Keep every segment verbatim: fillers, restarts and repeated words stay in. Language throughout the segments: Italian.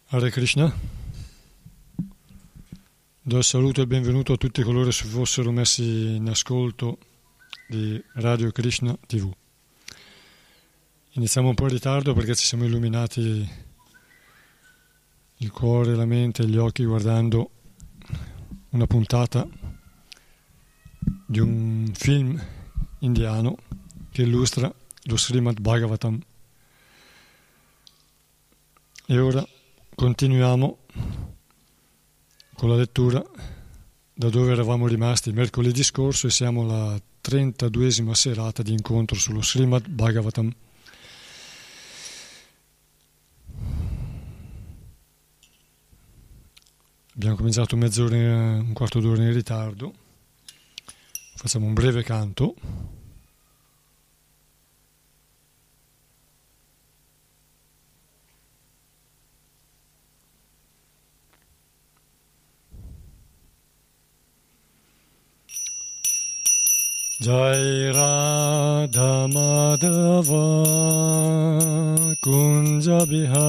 Hare Krishna. Do il saluto e il benvenuto a tutti coloro che si fossero messi in ascolto di Radio Krishna tivù. Iniziamo un po' in ritardo perché ci siamo illuminati il cuore, la mente e gli occhi guardando una puntata di un film indiano che illustra lo Srimad Bhagavatam. E ora continuiamo con la lettura da dove eravamo rimasti mercoledì scorso e siamo alla trentaduesima serata di incontro sullo Srimad Bhagavatam. Abbiamo cominciato mezz'ora, un quarto d'ora in ritardo. Facciamo un breve canto. Jai Radha Madhava Kunja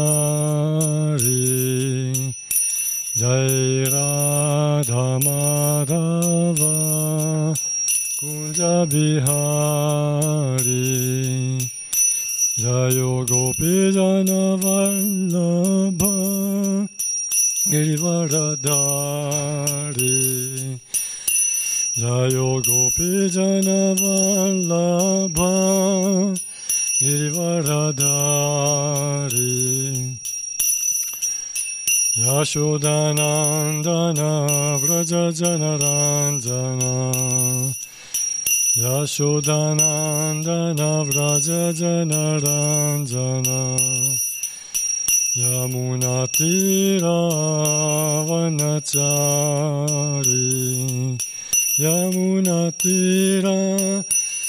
Bihari Jai Radha Madhava Kunja Bihari Jayo Gopi Jana Vallabha Girivaradari Jayo Gopi Jana Vallabha Girivaradari Yashodanandana Vraja Janaranjana Yashodanandana Vraja Janaranjana Yamunatira Vanachari Yamunatira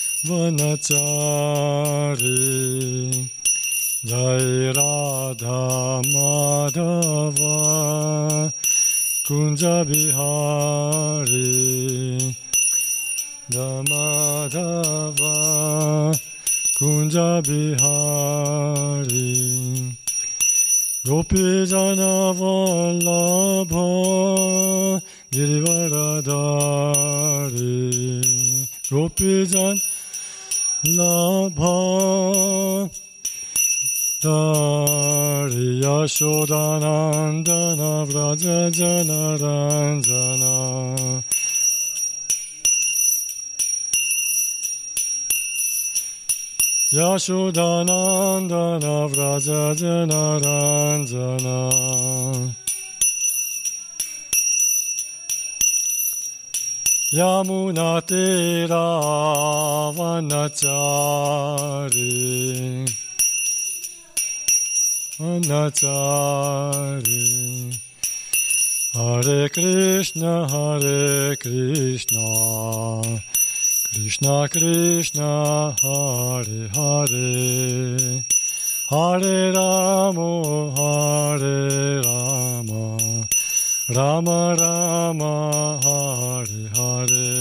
Vanachari Jai Radha Madhava Kunja Bihari Madhava Kunja Bihari Gopi Jana Vallabha Girivaradari Gopi Jana Labha Dari Yashodanandana Vraja Janaranjana Yashodanandana Vraja Janaranjana Yamunatira Vanachari Vanachari Hare Krishna Hare Krishna Krishna Krishna Hare Hare Hare Rama Hare Rama Rama Rama Hare Hare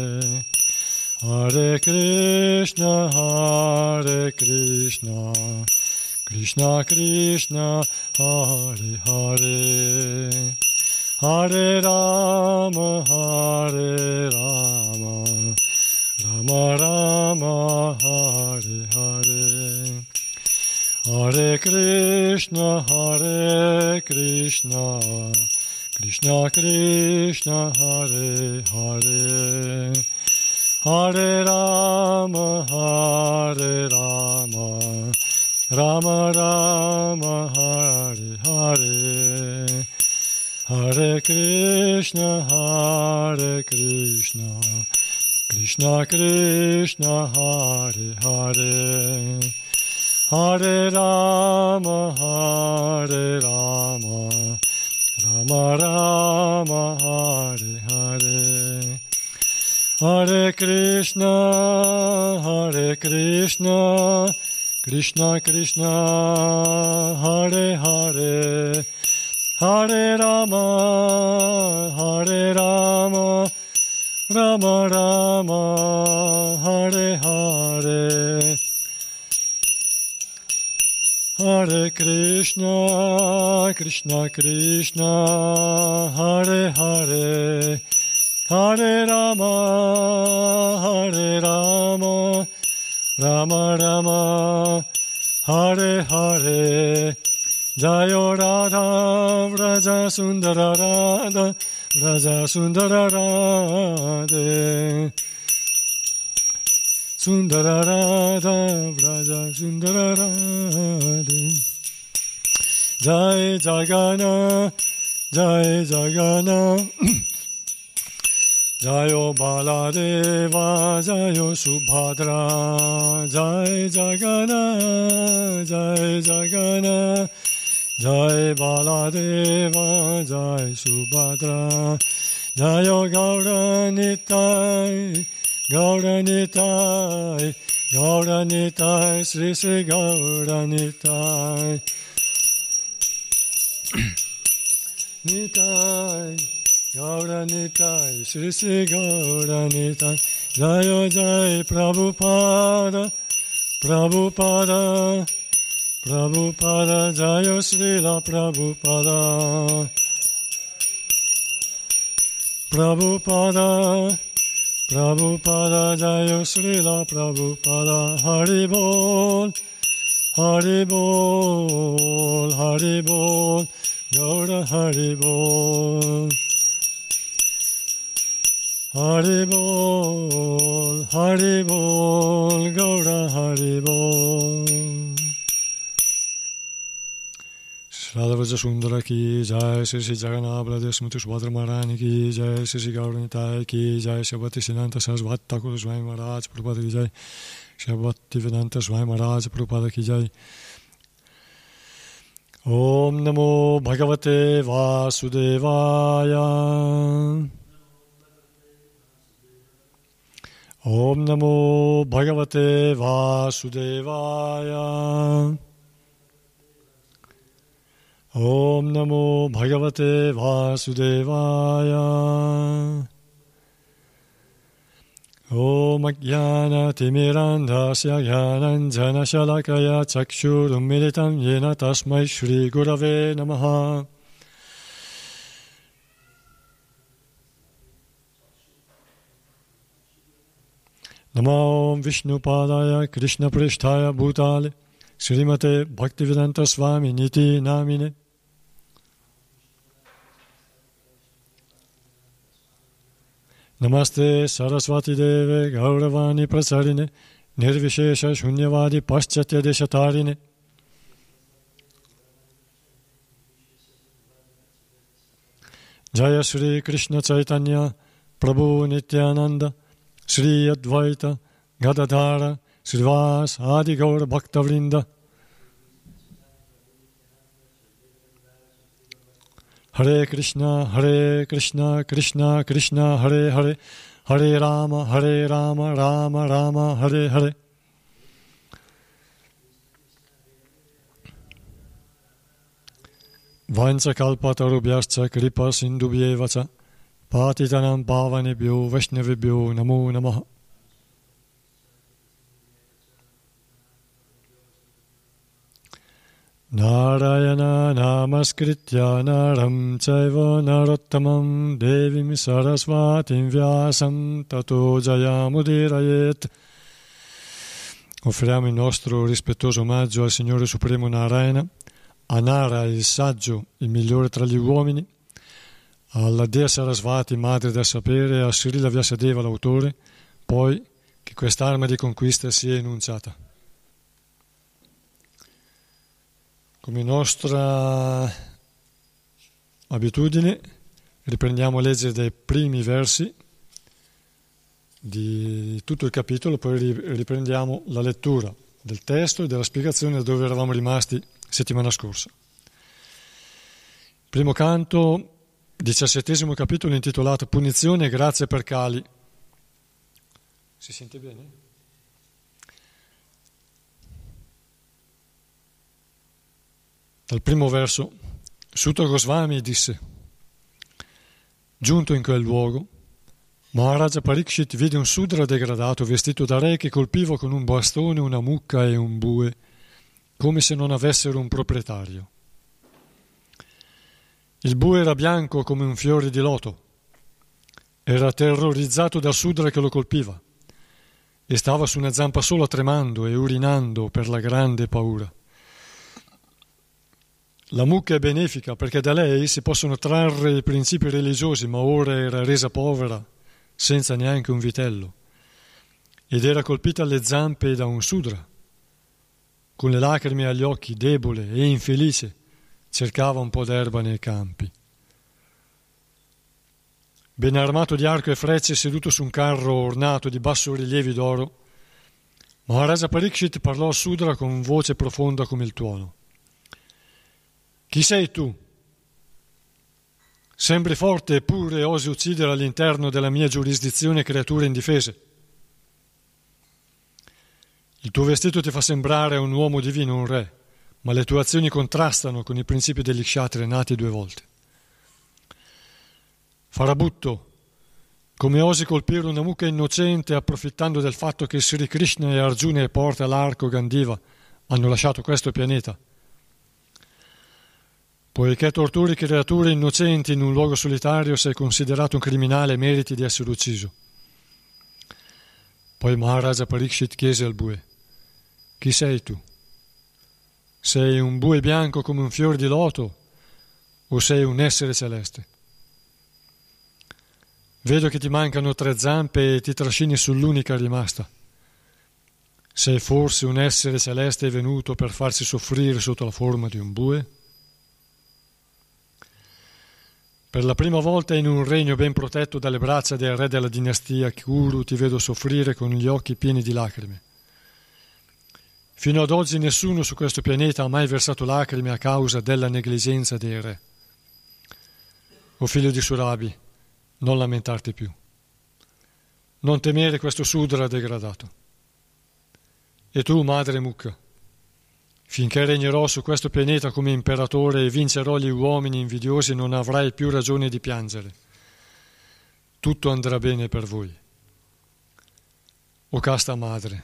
Hare Krishna Hare Krishna Krishna Krishna Hare Hare Hare Rama Hare Rama Rama Rama Hare Hare Hare Krishna Hare Krishna Krishna Krishna Hare Hare Hare Rama Hare Rama Rama Rama Hare Hare Hare Krishna Hare Krishna Krishna Krishna Hare Hare Hare Rama Hare Rama Rama Rama Hare Hare Hare Krishna Hare Krishna Krishna Krishna Hare Hare Hare Rama Hare Rama Rama Rama Hare Hare Hare Krishna, Krishna Krishna, Hare Hare, Hare Rama, Hare Rama, Rama Rama, Hare Hare, Jayo Radha, Vraja Sundara Radha, Vraja Sundara Radha, Sundara Radha, Vraja Sundara Radha, Jai Jagana, Jai Jagana, Jayo Baladeva, Jayo Subhadra, Jai Jagana, Jai Jagana, Jai Baladeva, Jai Subhadra, Jayo Gaura Nitai, Gaura Nitai, Gaura Nitai, Sri Sri Gaura Nitai, Nitai, Gaura Nitai, Sri Sri Gaura Nitai, Jayo Jai Prabhupada, Prabhupada, Prabhupada, Jayo Srila Prabhupada, Prabhupada, Prabhupada, Jayo Srila Prabhupada, Hari Bol, Hari Bol, Hari Bol, Gaura Hari Bol, Hari Bol, Hari Bol, Gaura Hari Bol. Radha Vraja Sundara ki jai, Sri Sri Jagannath Baladev Smriti Subhadra Maharani ki jai, Sri Sri Gaura Nitai ki jai, Shabati Siddhanta Sarasvati Thakur Swami Maharaj Prabhupada ki jai, Shabati Vedanta Swami Maharaj Prabhupada ki jai. Om Namo Bhagavate Vasudevaya. Om Namo Bhagavate Vasudevaya. Om Namo Bhagavate Vasudevaya. Om Ajnana Timirandhasya Jnananjana Shalakaya Chakshurum Militam Yena Tasmai Shri Gurave Namaha. Namo Vishnu Padaya Krishna Prishtaya Bhutale Srimate Bhaktivedanta Swami Niti Namine. Namaste Saraswati Deve Gauravani Prasarine Nirvishesha Shunyavadi Paschatya Deshatarine. Jaya Sri Krishna Chaitanya Prabhu Nityananda Sri Advaita Gadadhara Srivas Adi Gaura Bhaktavrinda. Hare Krishna, Hare Krishna, Krishna Krishna, Hare Hare, Hare Rama, Hare Rama, Rama Rama, Hare Hare. Vancha kalpatarubhyascha kripa sindubhyevacha patitanam pavanebhyo vaishnavebhyo namo namaha. Narayana namaskritya naram chaiva narottamam devim sarasvatim vyasam tato jayamudirayet. Offriamo il nostro rispettoso omaggio al Signore Supremo Narayana, a Nara il saggio, il migliore tra gli uomini, alla Dea Sarasvati, madre del sapere, a Srila Vyasadeva, l'autore, poi che quest'arma di conquista sia enunciata. Come nostra abitudine, riprendiamo a leggere dai primi versi di tutto il capitolo, poi riprendiamo la lettura del testo e della spiegazione da dove eravamo rimasti settimana scorsa. Primo canto, diciassettesimo capitolo, intitolato Punizione e grazie per Kali. Si sente bene? Dal primo verso, Sutta Goswami disse: giunto in quel luogo, Maharaja Parikshit vide un sudra degradato vestito da re che colpiva con un bastone una mucca e un bue come se non avessero un proprietario. Il bue era bianco come un fiore di loto, era terrorizzato dal sudra che lo colpiva e stava su una zampa sola tremando e urinando per la grande paura. La mucca è benefica perché da lei si possono trarre i principi religiosi, ma ora era resa povera, senza neanche un vitello, ed era colpita alle zampe da un sudra. Con le lacrime agli occhi, debole e infelice, cercava un po' d'erba nei campi. Ben armato di arco e frecce, seduto su un carro ornato di bassorilievi d'oro, Maharaja Parikshit parlò al sudra con voce profonda come il tuono. Chi sei tu? Sembri forte eppure osi uccidere all'interno della mia giurisdizione creature indifese. Il tuo vestito ti fa sembrare un uomo divino, un re, ma le tue azioni contrastano con i principi degli kshatri nati due volte. Farabutto, come osi colpire una mucca innocente approfittando del fatto che Sri Krishna e Arjuna e porta l'arco Gandiva hanno lasciato questo pianeta? Poiché torturi creature innocenti in un luogo solitario, sei considerato un criminale e meriti di essere ucciso. Poi Maharaja Parikshit chiese al bue: chi sei tu? Sei un bue bianco come un fiore di loto o sei un essere celeste? Vedo che ti mancano tre zampe e ti trascini sull'unica rimasta. Sei forse un essere celeste venuto per farsi soffrire sotto la forma di un bue? Per la prima volta in un regno ben protetto dalle braccia del re della dinastia Kuru ti vedo soffrire con gli occhi pieni di lacrime. Fino ad oggi nessuno su questo pianeta ha mai versato lacrime a causa della negligenza dei re. O figlio di Surabi, non lamentarti più. Non temere questo sudra degradato. E tu, madre Mukha, finché regnerò su questo pianeta come imperatore e vincerò gli uomini invidiosi, non avrai più ragione di piangere. Tutto andrà bene per voi. O casta madre,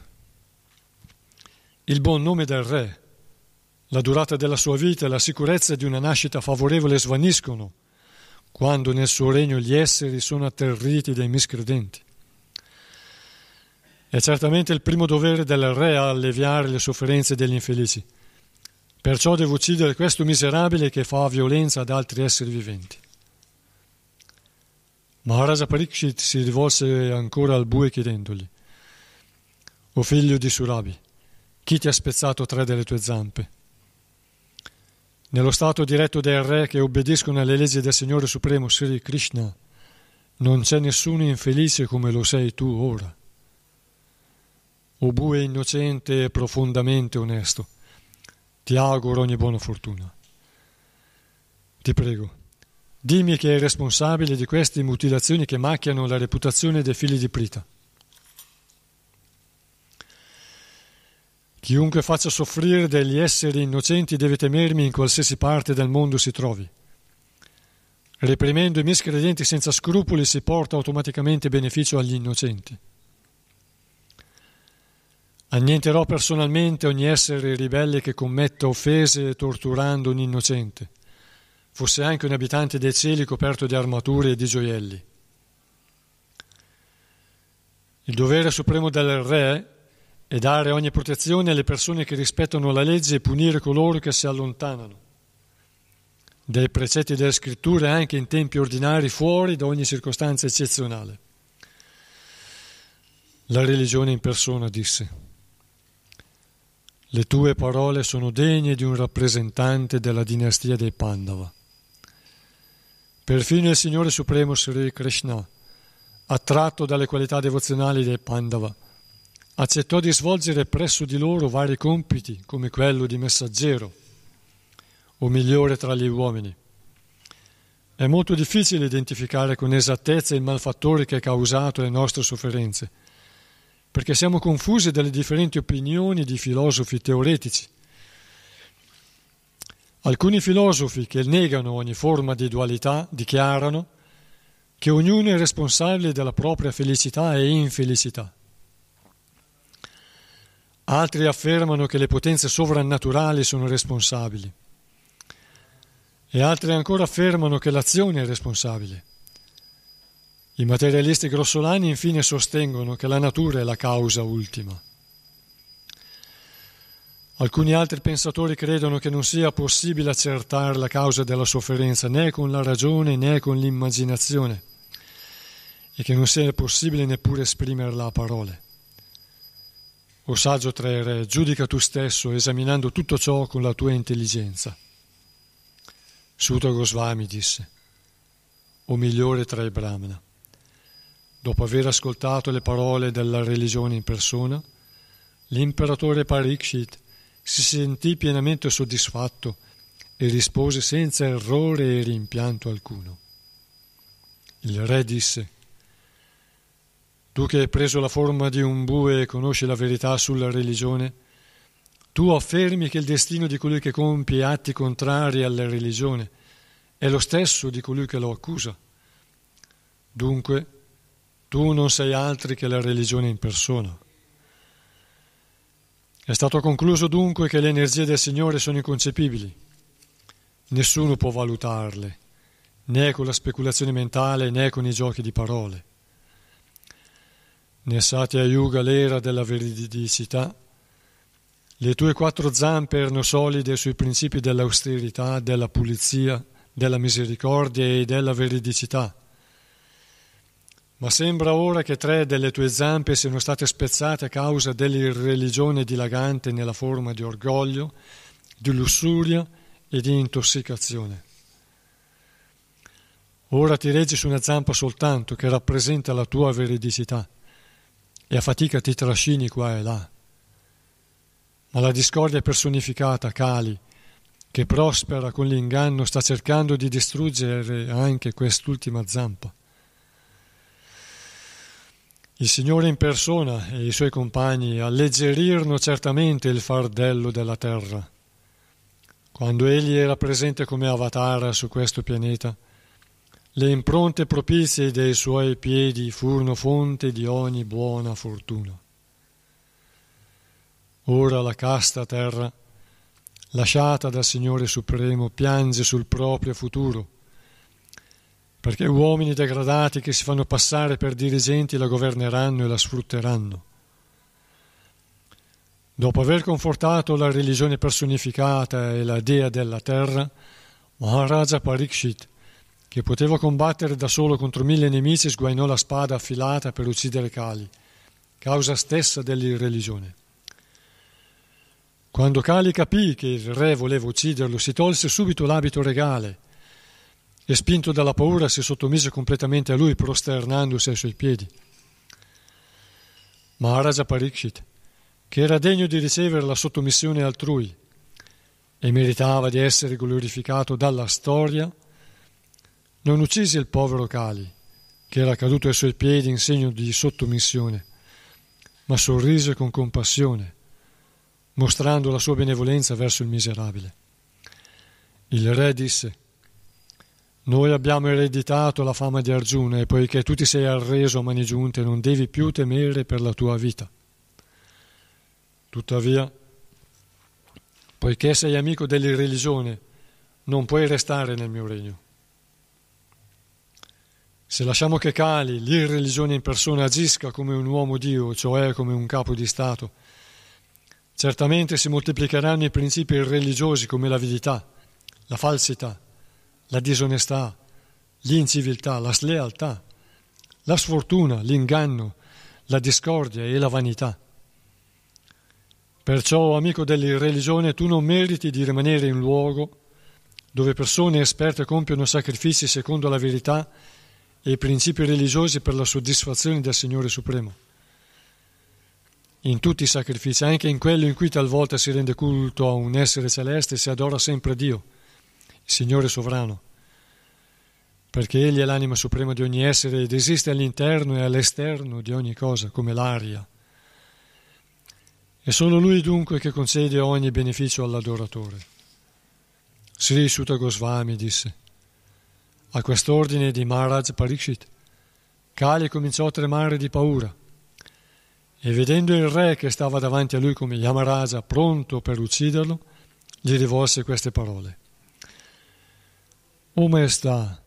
il buon nome del re, la durata della sua vita e la sicurezza di una nascita favorevole svaniscono quando nel suo regno gli esseri sono atterriti dai miscredenti. È certamente il primo dovere del re a alleviare le sofferenze degli infelici. Perciò devo uccidere questo miserabile che fa violenza ad altri esseri viventi. Maharaja Parikshit si rivolse ancora al bue chiedendogli: o figlio di Surabi, chi ti ha spezzato tre delle tue zampe? Nello stato diretto del re che obbediscono alle leggi del Signore Supremo Sri Krishna, non c'è nessuno infelice come lo sei tu ora. O bue innocente e profondamente onesto, ti auguro ogni buona fortuna. Ti prego, dimmi chi è il responsabile di queste mutilazioni che macchiano la reputazione dei figli di Prita. Chiunque faccia soffrire degli esseri innocenti deve temermi in qualsiasi parte del mondo si trovi. Reprimendo i miscredenti senza scrupoli si porta automaticamente beneficio agli innocenti. Annienterò personalmente ogni essere ribelle che commetta offese torturando un innocente, fosse anche un abitante dei cieli coperto di armature e di gioielli. Il dovere supremo del re è dare ogni protezione alle persone che rispettano la legge e punire coloro che si allontanano dai precetti delle scritture anche in tempi ordinari fuori da ogni circostanza eccezionale. La religione in persona disse: le tue parole sono degne di un rappresentante della dinastia dei Pandava. Perfino il Signore Supremo Sri Krishna, attratto dalle qualità devozionali dei Pandava, accettò di svolgere presso di loro vari compiti come quello di messaggero o migliore tra gli uomini. È molto difficile identificare con esattezza il malfattore che ha causato le nostre sofferenze, perché siamo confusi dalle differenti opinioni di filosofi teoretici. Alcuni filosofi che negano ogni forma di dualità dichiarano che ognuno è responsabile della propria felicità e infelicità. Altri affermano che le potenze sovrannaturali sono responsabili. E altri ancora affermano che l'azione è responsabile. I materialisti grossolani infine sostengono che la natura è la causa ultima. Alcuni altri pensatori credono che non sia possibile accertare la causa della sofferenza né con la ragione né con l'immaginazione e che non sia possibile neppure esprimerla a parole. O saggio tra i re, giudica tu stesso esaminando tutto ciò con la tua intelligenza. Suta Goswami disse: o migliore tra i Brahmana. Dopo aver ascoltato le parole della religione in persona, l'imperatore Parikshit si sentì pienamente soddisfatto e rispose senza errore e rimpianto alcuno. Il re disse: tu che hai preso la forma di un bue e conosci la verità sulla religione, tu affermi che il destino di colui che compie atti contrari alla religione è lo stesso di colui che lo accusa. Dunque, tu non sei altri che la religione in persona. È stato concluso dunque che le energie del Signore sono inconcepibili. Nessuno può valutarle, né con la speculazione mentale né con i giochi di parole. Nel Satya Yuga, l'era della veridicità, le tue quattro zampe erano solide sui principi dell'austerità, della pulizia, della misericordia e della veridicità. Ma sembra ora che tre delle tue zampe siano state spezzate a causa dell'irreligione dilagante nella forma di orgoglio, di lussuria e di intossicazione. Ora ti reggi su una zampa soltanto che rappresenta la tua veridicità e a fatica ti trascini qua e là. Ma la discordia personificata, Kali, che prospera con l'inganno, sta cercando di distruggere anche quest'ultima zampa. Il Signore in persona e i suoi compagni alleggerirono certamente il fardello della terra. Quando egli era presente come avatara su questo pianeta, le impronte propizie dei suoi piedi furono fonte di ogni buona fortuna. Ora la casta terra, lasciata dal Signore Supremo, piange sul proprio futuro, perché uomini degradati che si fanno passare per dirigenti la governeranno e la sfrutteranno. Dopo aver confortato la religione personificata e la dea della terra, Maharaja Parikshit, che poteva combattere da solo contro mille nemici, sguainò la spada affilata per uccidere Kali, causa stessa dell'irreligione. Quando Kali capì che il re voleva ucciderlo, si tolse subito l'abito regale e, spinto dalla paura, si sottomise completamente a lui, prosternandosi ai suoi piedi. Maharaja Parikshit, che era degno di ricevere la sottomissione altrui e meritava di essere glorificato dalla storia, non uccise il povero Kali, che era caduto ai suoi piedi in segno di sottomissione, ma sorrise con compassione, mostrando la sua benevolenza verso il miserabile. Il re disse: noi abbiamo ereditato la fama di Arjuna e poiché tu ti sei arreso a mani giunte non devi più temere per la tua vita. Tuttavia, poiché sei amico dell'irreligione, non puoi restare nel mio regno. Se lasciamo che Kali, l'irreligione in persona, agisca come un uomo Dio, cioè come un capo di Stato, certamente si moltiplicheranno i principi irreligiosi come l'avidità, la falsità, la disonestà, l'inciviltà, la slealtà, la sfortuna, l'inganno, la discordia e la vanità. Perciò, amico dell'irreligione, tu non meriti di rimanere in luogo dove persone esperte compiono sacrifici secondo la verità e i principi religiosi per la soddisfazione del Signore Supremo. In tutti i sacrifici, anche in quello in cui talvolta si rende culto a un essere celeste, si adora sempre Dio, il Signore sovrano, perché Egli è l'anima suprema di ogni essere ed esiste all'interno e all'esterno di ogni cosa, come l'aria. È solo Lui dunque che concede ogni beneficio all'adoratore. Sri Suta Goswami disse: a quest'ordine di Maharaj Parikshit, Kali cominciò a tremare di paura e vedendo il re che stava davanti a lui come Yamaraja pronto per ucciderlo, gli rivolse queste parole: O maestà,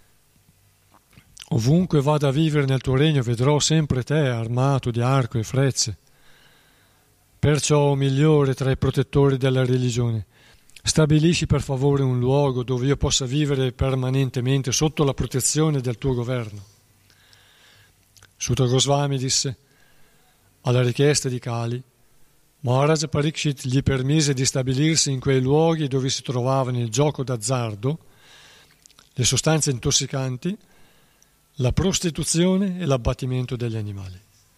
ovunque vada a vivere nel tuo regno vedrò sempre te armato di arco e frecce. Perciò, o migliore tra i protettori della religione, stabilisci per favore un luogo dove io possa vivere permanentemente sotto la protezione del tuo governo. Sutta Goswami disse: alla richiesta di Kali, Maharaja Parikshit gli permise di stabilirsi in quei luoghi dove si trovavano il gioco d'azzardo, le sostanze intossicanti, la prostituzione e l'abbattimento degli animali.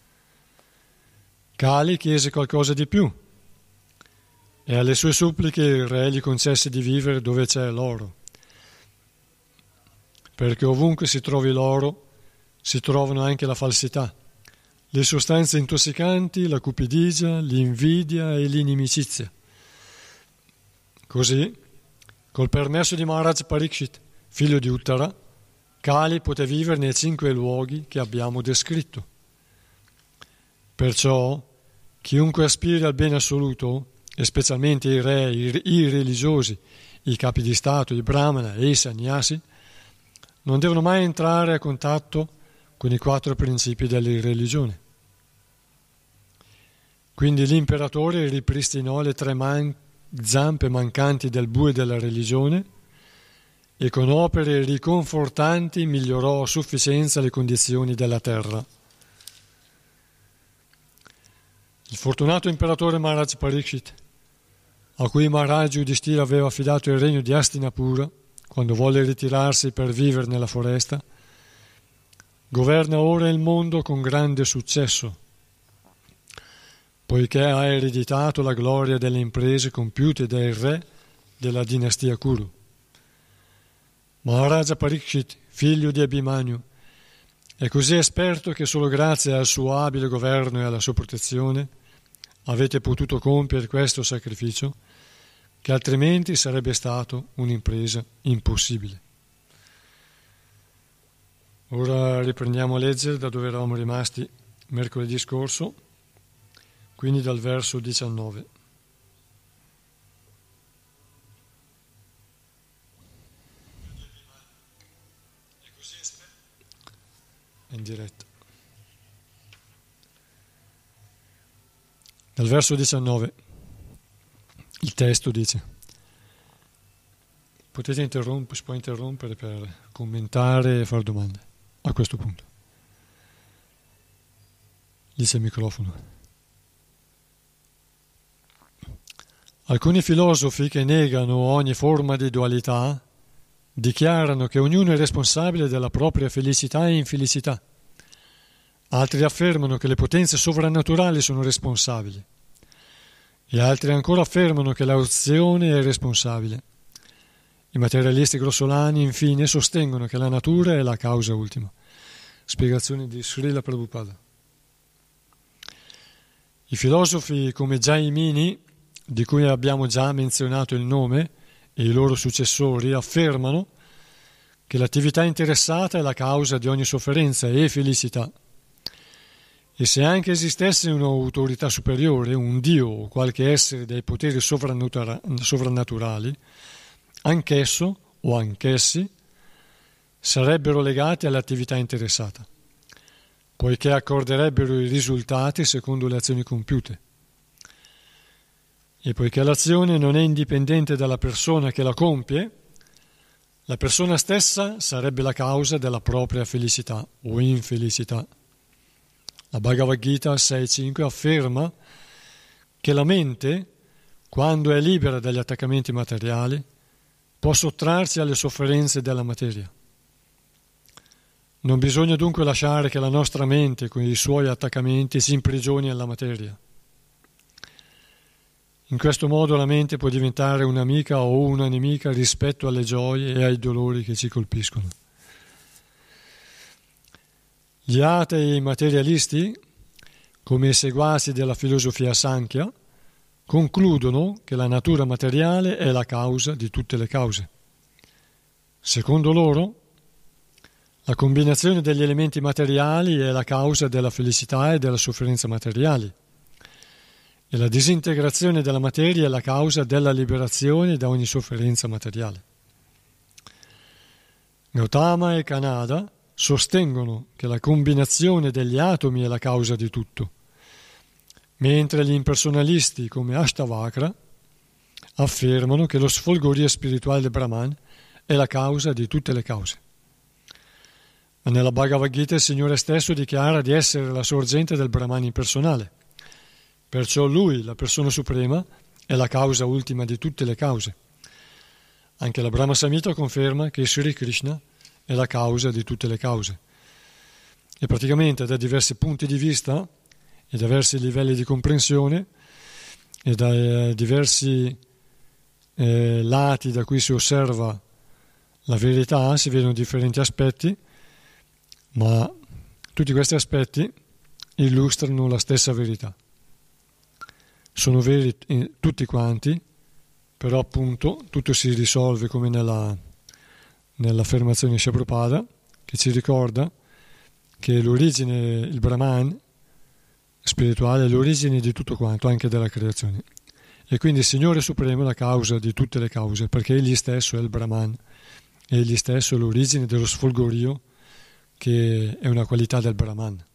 Kali chiese qualcosa di più e alle sue suppliche il re gli concesse di vivere dove c'è l'oro, perché ovunque si trovi l'oro si trovano anche la falsità, le sostanze intossicanti, la cupidigia, l'invidia e l'inimicizia. Così, col permesso di Maharaj Parikshit, figlio di Uttara, Kali poté vivere nei cinque luoghi che abbiamo descritto. Perciò, chiunque aspiri al bene assoluto, e specialmente i re, i, i religiosi, i capi di Stato, i brahmana e i sannyasi, non devono mai entrare a contatto con i quattro principi della religione. Quindi l'imperatore ripristinò le tre man- zampe mancanti del bue della religione e con opere riconfortanti migliorò a sufficienza le condizioni della terra. Il fortunato imperatore Maharaj Parikshit, a cui Maharaj Yudhishthira aveva affidato il regno di Hastinapura quando volle ritirarsi per vivere nella foresta, governa ora il mondo con grande successo, poiché ha ereditato la gloria delle imprese compiute dai re della dinastia Kuru. Maharaja Parikshit, figlio di Abhimanyu, è così esperto che solo grazie al suo abile governo e alla sua protezione avete potuto compiere questo sacrificio, che altrimenti sarebbe stato un'impresa impossibile. Ora riprendiamo a leggere da dove eravamo rimasti mercoledì scorso, quindi dal verso diciannove. In diretta. Dal verso diciannove il testo dice: potete interrompere, si può interrompere per commentare e fare domande a questo punto. Dice il microfono. Alcuni filosofi che negano ogni forma di dualità dichiarano che ognuno è responsabile della propria felicità e infelicità. Altri affermano che le potenze sovrannaturali sono responsabili e altri ancora affermano che l'azione è responsabile. I materialisti grossolani infine sostengono che la natura è la causa ultima. Spiegazione di Srila Prabhupada. I filosofi come Jaimini, di cui abbiamo già menzionato il nome, e i loro successori affermano che l'attività interessata è la causa di ogni sofferenza e felicità. E se anche esistesse un'autorità superiore, un Dio o qualche essere dai poteri sovrannaturali, anch'esso o anch'essi sarebbero legati all'attività interessata, poiché accorderebbero i risultati secondo le azioni compiute. E poiché l'azione non è indipendente dalla persona che la compie, la persona stessa sarebbe la causa della propria felicità o infelicità. La Bhagavad Gita sei cinque afferma che la mente, quando è libera dagli attaccamenti materiali, può sottrarsi alle sofferenze della materia. Non bisogna dunque lasciare che la nostra mente, con i suoi attaccamenti, si imprigioni alla materia. In questo modo la mente può diventare un'amica o una nemica rispetto alle gioie e ai dolori che ci colpiscono. Gli atei e i materialisti, come i seguaci della filosofia Sankhya, concludono che la natura materiale è la causa di tutte le cause. Secondo loro, La combinazione degli elementi materiali è la causa della felicità e della sofferenza materiali, e la disintegrazione della materia è la causa della liberazione da ogni sofferenza materiale. Gautama e Kanada sostengono che la combinazione degli atomi è la causa di tutto, mentre gli impersonalisti come Ashtavakra affermano che lo sfolgorio spirituale del Brahman è la causa di tutte le cause. Ma nella Bhagavad Gita il Signore stesso dichiara di essere la sorgente del Brahman impersonale. Perciò Lui, la persona suprema, è la causa ultima di tutte le cause. Anche la Brahma Samhita conferma che Sri Krishna è la causa di tutte le cause. E praticamente da diversi punti di vista e da diversi livelli di comprensione e da eh, diversi eh, lati da cui si osserva la verità, si vedono differenti aspetti, ma tutti questi aspetti illustrano la stessa verità. Sono veri tutti quanti, però appunto tutto si risolve come nella, nell'affermazione di Prabhupada, che ci ricorda che l'origine, il Brahman spirituale è l'origine di tutto quanto, anche della creazione. E quindi il Signore Supremo è la causa di tutte le cause, perché Egli stesso è il Brahman, e Egli stesso è l'origine dello sfolgorio, che è una qualità del Brahman.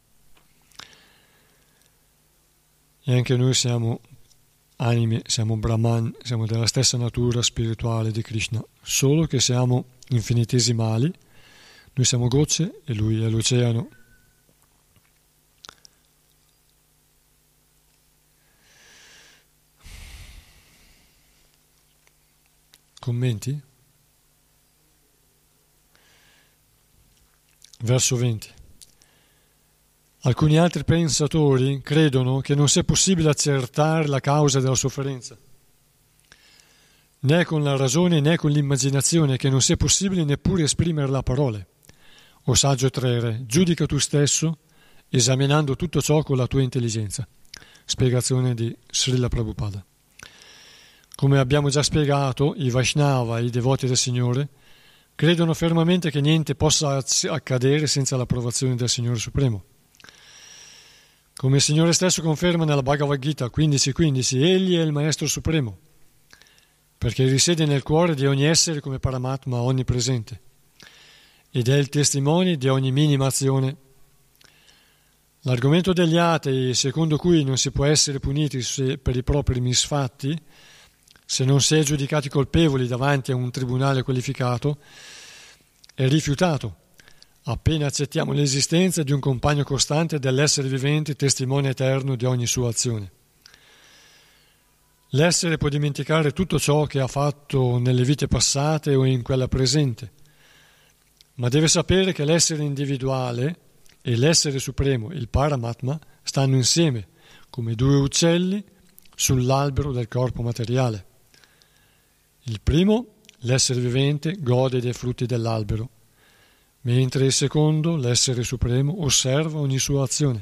E anche noi siamo anime, siamo Brahman, siamo della stessa natura spirituale di Krishna, solo che siamo infinitesimali, noi siamo gocce e Lui è l'oceano. Commenti? Verso venti. Alcuni altri pensatori credono che non sia possibile accertare la causa della sofferenza, né con la ragione né con l'immaginazione, che non sia possibile neppure esprimerla a parole. O saggio Trere, giudica tu stesso, esaminando tutto ciò con la tua intelligenza. Spiegazione di Srila Prabhupada. Come abbiamo già spiegato, i Vaishnava, i devoti del Signore, credono fermamente che niente possa accadere senza l'approvazione del Signore Supremo. Come il Signore stesso conferma nella Bhagavad Gita quindici quindici, Egli è il Maestro Supremo, perché risiede nel cuore di ogni essere come Paramatma onnipresente, ed è il testimone di ogni minima azione. L'argomento degli atei, secondo cui non si può essere puniti per i propri misfatti, se non si è giudicati colpevoli davanti a un tribunale qualificato, è rifiutato, appena accettiamo l'esistenza di un compagno costante dell'essere vivente, testimone eterno di ogni sua azione. L'essere può dimenticare tutto ciò che ha fatto nelle vite passate o in quella presente, ma deve sapere che l'essere individuale e l'essere supremo, il Paramatma, stanno insieme, come due uccelli, sull'albero del corpo materiale. Il primo, l'essere vivente, gode dei frutti dell'albero, mentre il secondo, l'essere supremo, osserva ogni sua azione.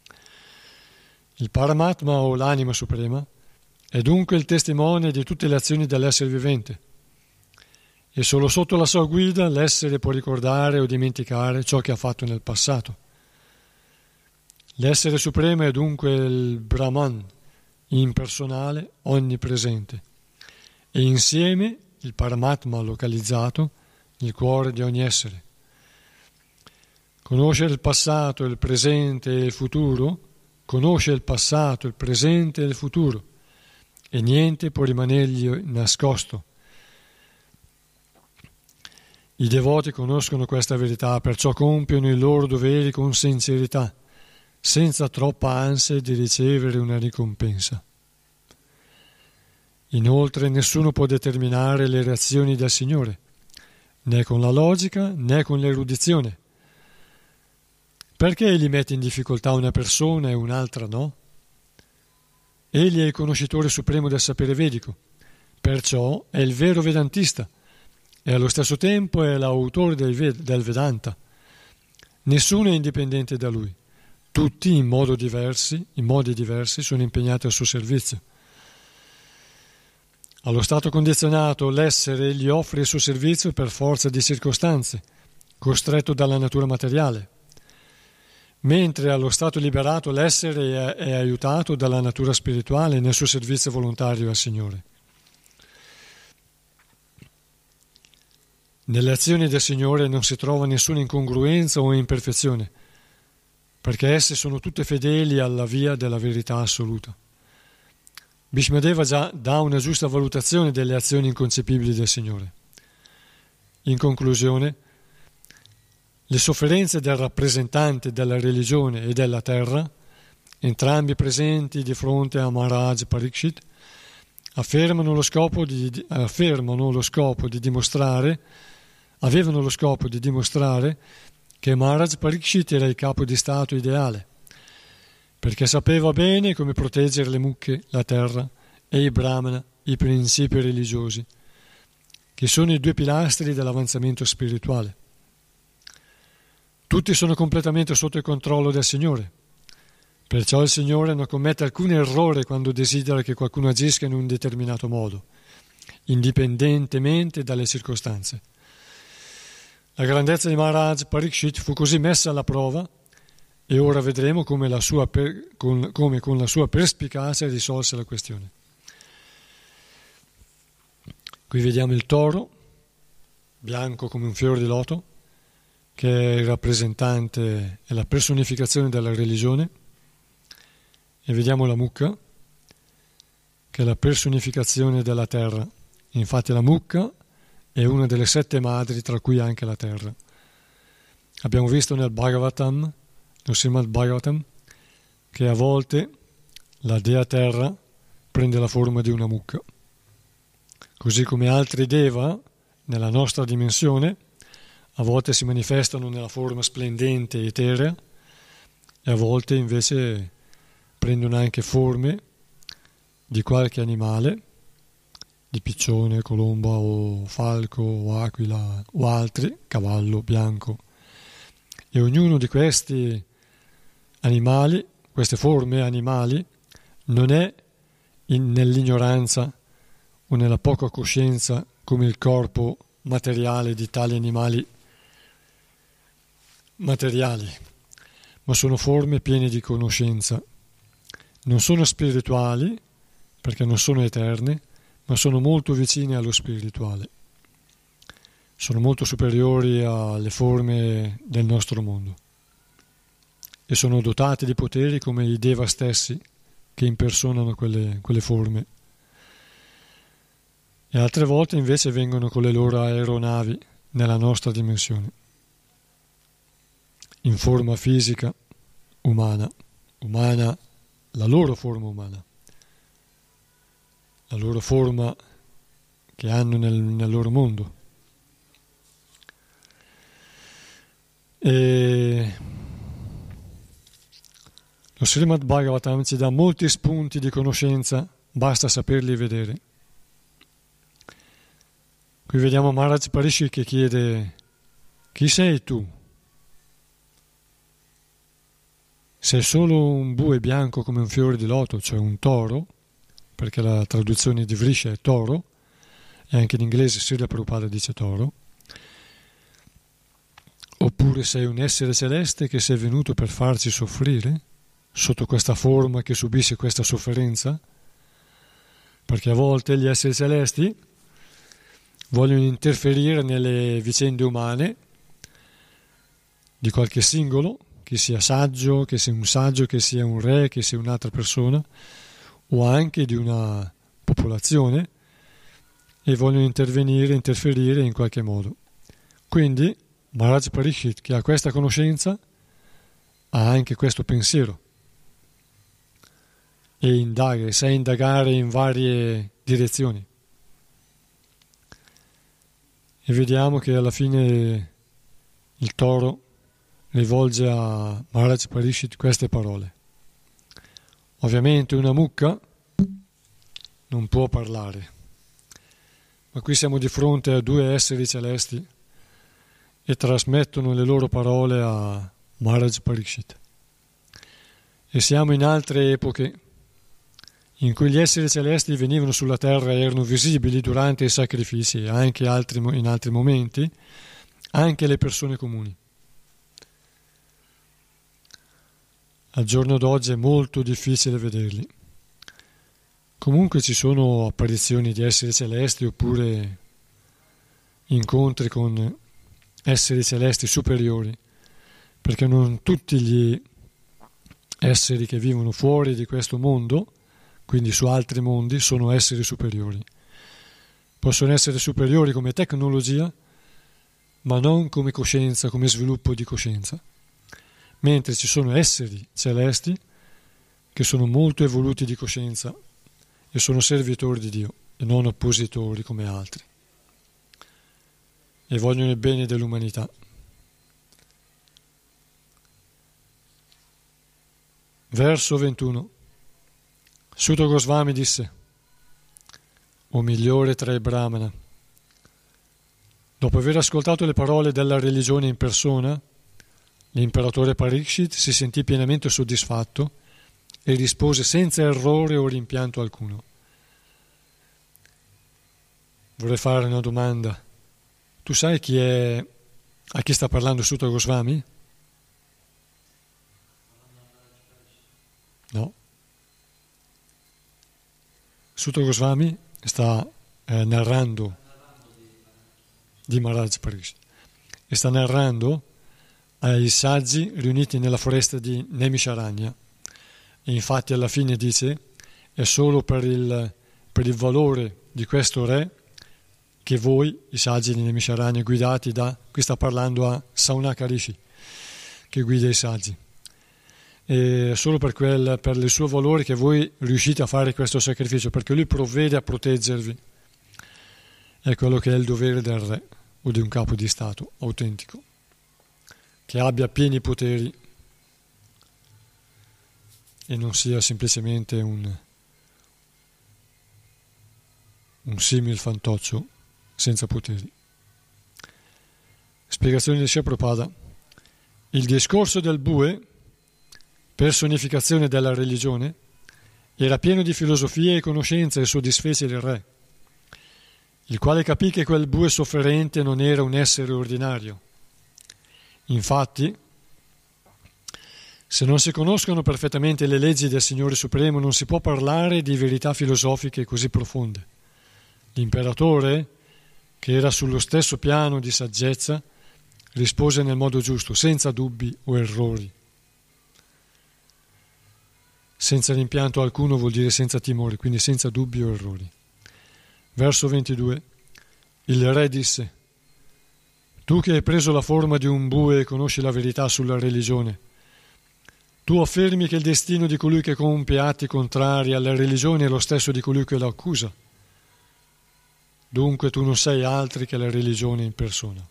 Il Paramatma o l'anima suprema è dunque il testimone di tutte le azioni dell'essere vivente, e solo sotto la sua guida l'essere può ricordare o dimenticare ciò che ha fatto nel passato. L'essere supremo è dunque il Brahman, impersonale, onnipresente, e insieme il Paramatma localizzato, il cuore di ogni essere. Conoscere il passato, il presente e il futuro, conosce il passato, il presente e il futuro, e niente può rimanergli nascosto. I devoti conoscono questa verità, perciò compiono i loro doveri con sincerità, senza troppa ansia di ricevere una ricompensa. Inoltre nessuno può determinare le reazioni del Signore, né con la logica né con l'erudizione. Perché egli mette in difficoltà una persona e un'altra no? Egli è il conoscitore supremo del sapere vedico, perciò è il vero vedantista e allo stesso tempo è l'autore del, Ved- del Vedanta. Nessuno è indipendente da lui, tutti in modo diversi, in modi diversi sono impegnati al suo servizio. Allo stato condizionato l'essere gli offre il suo servizio per forza di circostanze, costretto dalla natura materiale, mentre allo stato liberato l'essere è, è aiutato dalla natura spirituale nel suo servizio volontario al Signore. Nelle azioni del Signore non si trova nessuna incongruenza o imperfezione, perché esse sono tutte fedeli alla via della verità assoluta. Bhishmadeva già dà una giusta valutazione delle azioni inconcepibili del Signore. In conclusione, le sofferenze del rappresentante della religione e della terra, entrambi presenti di fronte a Maharaj Parikshit, affermano lo scopo di, affermano lo scopo di dimostrare, avevano lo scopo di dimostrare che Maharaj Parikshit era il capo di Stato ideale, perché sapeva bene come proteggere le mucche, la terra e i brahmana, i principi religiosi, che sono i due pilastri dell'avanzamento spirituale. Tutti sono completamente sotto il controllo del Signore, perciò il Signore non commette alcun errore quando desidera che qualcuno agisca in un determinato modo, indipendentemente dalle circostanze. La grandezza di Maharaj Parikshit fu così messa alla prova e ora vedremo come, la sua per, con, come con la sua perspicacia risolse la questione. Qui vediamo il toro, bianco come un fiore di loto, che è il rappresentante e la personificazione della religione, e vediamo la mucca, che è la personificazione della terra. Infatti la mucca è una delle sette madri, tra cui anche la terra. Abbiamo visto nel Bhagavatam, nel Srimad Bhagavatam, che a volte la dea terra prende la forma di una mucca. Così come altri deva, nella nostra dimensione, a volte si manifestano nella forma splendente e eterea e a volte invece prendono anche forme di qualche animale, di piccione, colomba o falco o aquila o altri, cavallo bianco. E ognuno di questi animali, queste forme animali, non è in, nell'ignoranza o nella poca coscienza come il corpo materiale di tali animali materiali, ma sono forme piene di conoscenza. Non sono spirituali, perché non sono eterne, ma sono molto vicine allo spirituale. Sono molto superiori alle forme del nostro mondo e sono dotati di poteri come i Deva stessi che impersonano quelle, quelle forme. E altre volte invece vengono con le loro aeronavi nella nostra dimensione, in forma fisica umana, umana, la loro forma umana, la loro forma che hanno nel, nel loro mondo. E lo Srimad Bhagavatam ci dà molti spunti di conoscenza, basta saperli vedere. Qui vediamo Maharaj Parikshit che chiede: chi sei tu? Sei solo un bue bianco come un fiore di loto, cioè un toro, perché la traduzione di Vrisha è toro, e anche in inglese Srila Prabhupada dice toro, oppure sei un essere celeste che sei venuto per farci soffrire, sotto questa forma che subisce questa sofferenza? Perché a volte gli esseri celesti vogliono interferire nelle vicende umane di qualche singolo, che sia saggio, che sia un saggio, che sia un re, che sia un'altra persona, o anche di una popolazione, e vogliono intervenire, interferire in qualche modo. Quindi Maharaj Parikshit, che ha questa conoscenza, ha anche questo pensiero e indaga, e sa indagare in varie direzioni. E vediamo che alla fine il toro rivolge a Maharaj Parikshit queste parole. Ovviamente una mucca non può parlare, ma qui siamo di fronte a due esseri celesti e trasmettono le loro parole a Maharaj Parikshit. E siamo in altre epoche in cui gli esseri celesti venivano sulla terra e erano visibili durante i sacrifici e anche altri, in altri momenti, anche le persone comuni. Al giorno d'oggi è molto difficile vederli. Comunque ci sono apparizioni di esseri celesti oppure incontri con esseri celesti superiori, perché non tutti gli esseri che vivono fuori di questo mondo, quindi su altri mondi, sono esseri superiori. Possono essere superiori come tecnologia, ma non come coscienza, come sviluppo di coscienza. Mentre ci sono esseri celesti che sono molto evoluti di coscienza e sono servitori di Dio e non oppositori come altri, e vogliono il bene dell'umanità. Verso ventuno. Sutta Goswami disse: o migliore tra i Brahmana, dopo aver ascoltato le parole della religione in persona, l'imperatore Parikshit si sentì pienamente soddisfatto e rispose senza errore o rimpianto alcuno. Vorrei fare una domanda. Tu sai chi è, a chi sta parlando Sutta Goswami? No. Sutta Goswami sta eh, narrando di Maharaj Parikshit e sta narrando ai saggi riuniti nella foresta di Naimisharanya, e infatti alla fine dice: è solo per il, per il valore di questo re che voi, i saggi di Naimisharanya, guidati da, qui sta parlando a Saunaka Rishi che guida i saggi, e solo per, quel, per il suo valore che voi riuscite a fare questo sacrificio, perché lui provvede a proteggervi. È quello che è il dovere del re o di un capo di stato autentico, che abbia pieni poteri e non sia semplicemente un, un simil fantoccio senza poteri. Spiegazione di Srila Prabhupada. Il discorso del bue, personificazione della religione, era pieno di filosofia e conoscenza e soddisfece il re, il quale capì che quel bue sofferente non era un essere ordinario. Infatti, se non si conoscono perfettamente le leggi del Signore Supremo, non si può parlare di verità filosofiche così profonde. L'imperatore, che era sullo stesso piano di saggezza, rispose nel modo giusto, senza dubbi o errori. Senza rimpianto alcuno vuol dire senza timore, quindi senza dubbi o errori. Verso ventidue. Il re disse: tu che hai preso la forma di un bue e conosci la verità sulla religione, tu affermi che il destino di colui che compie atti contrari alla religione è lo stesso di colui che lo accusa. Dunque tu non sei altri che la religione in persona.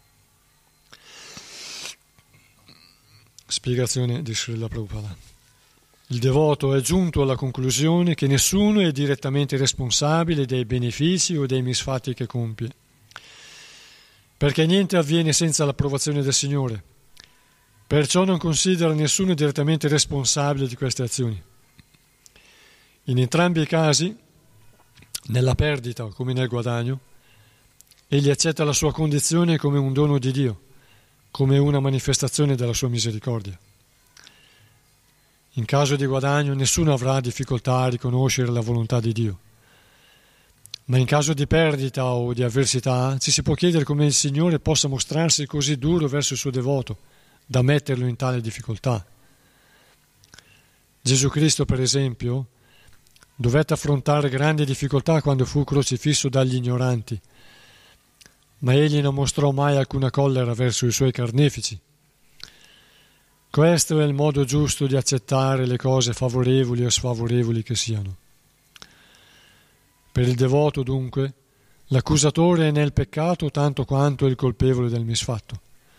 Spiegazione di Srila Prabhupada. Il devoto è giunto alla conclusione che nessuno è direttamente responsabile dei benefici o dei misfatti che compie, perché niente avviene senza l'approvazione del Signore. Perciò non considera nessuno direttamente responsabile di queste azioni. In entrambi i casi, nella perdita come nel guadagno, egli accetta la sua condizione come un dono di Dio, come una manifestazione della sua misericordia. In caso di guadagno nessuno avrà difficoltà a riconoscere la volontà di Dio, ma in caso di perdita o di avversità ci si può chiedere come il Signore possa mostrarsi così duro verso il suo devoto da metterlo in tale difficoltà. Gesù Cristo, per esempio, dovette affrontare grandi difficoltà quando fu crocifisso dagli ignoranti, ma egli non mostrò mai alcuna collera verso i suoi carnefici. Questo è il modo giusto di accettare le cose favorevoli o sfavorevoli che siano. Per il devoto, dunque, l'accusatore è nel peccato tanto quanto il colpevole del misfatto.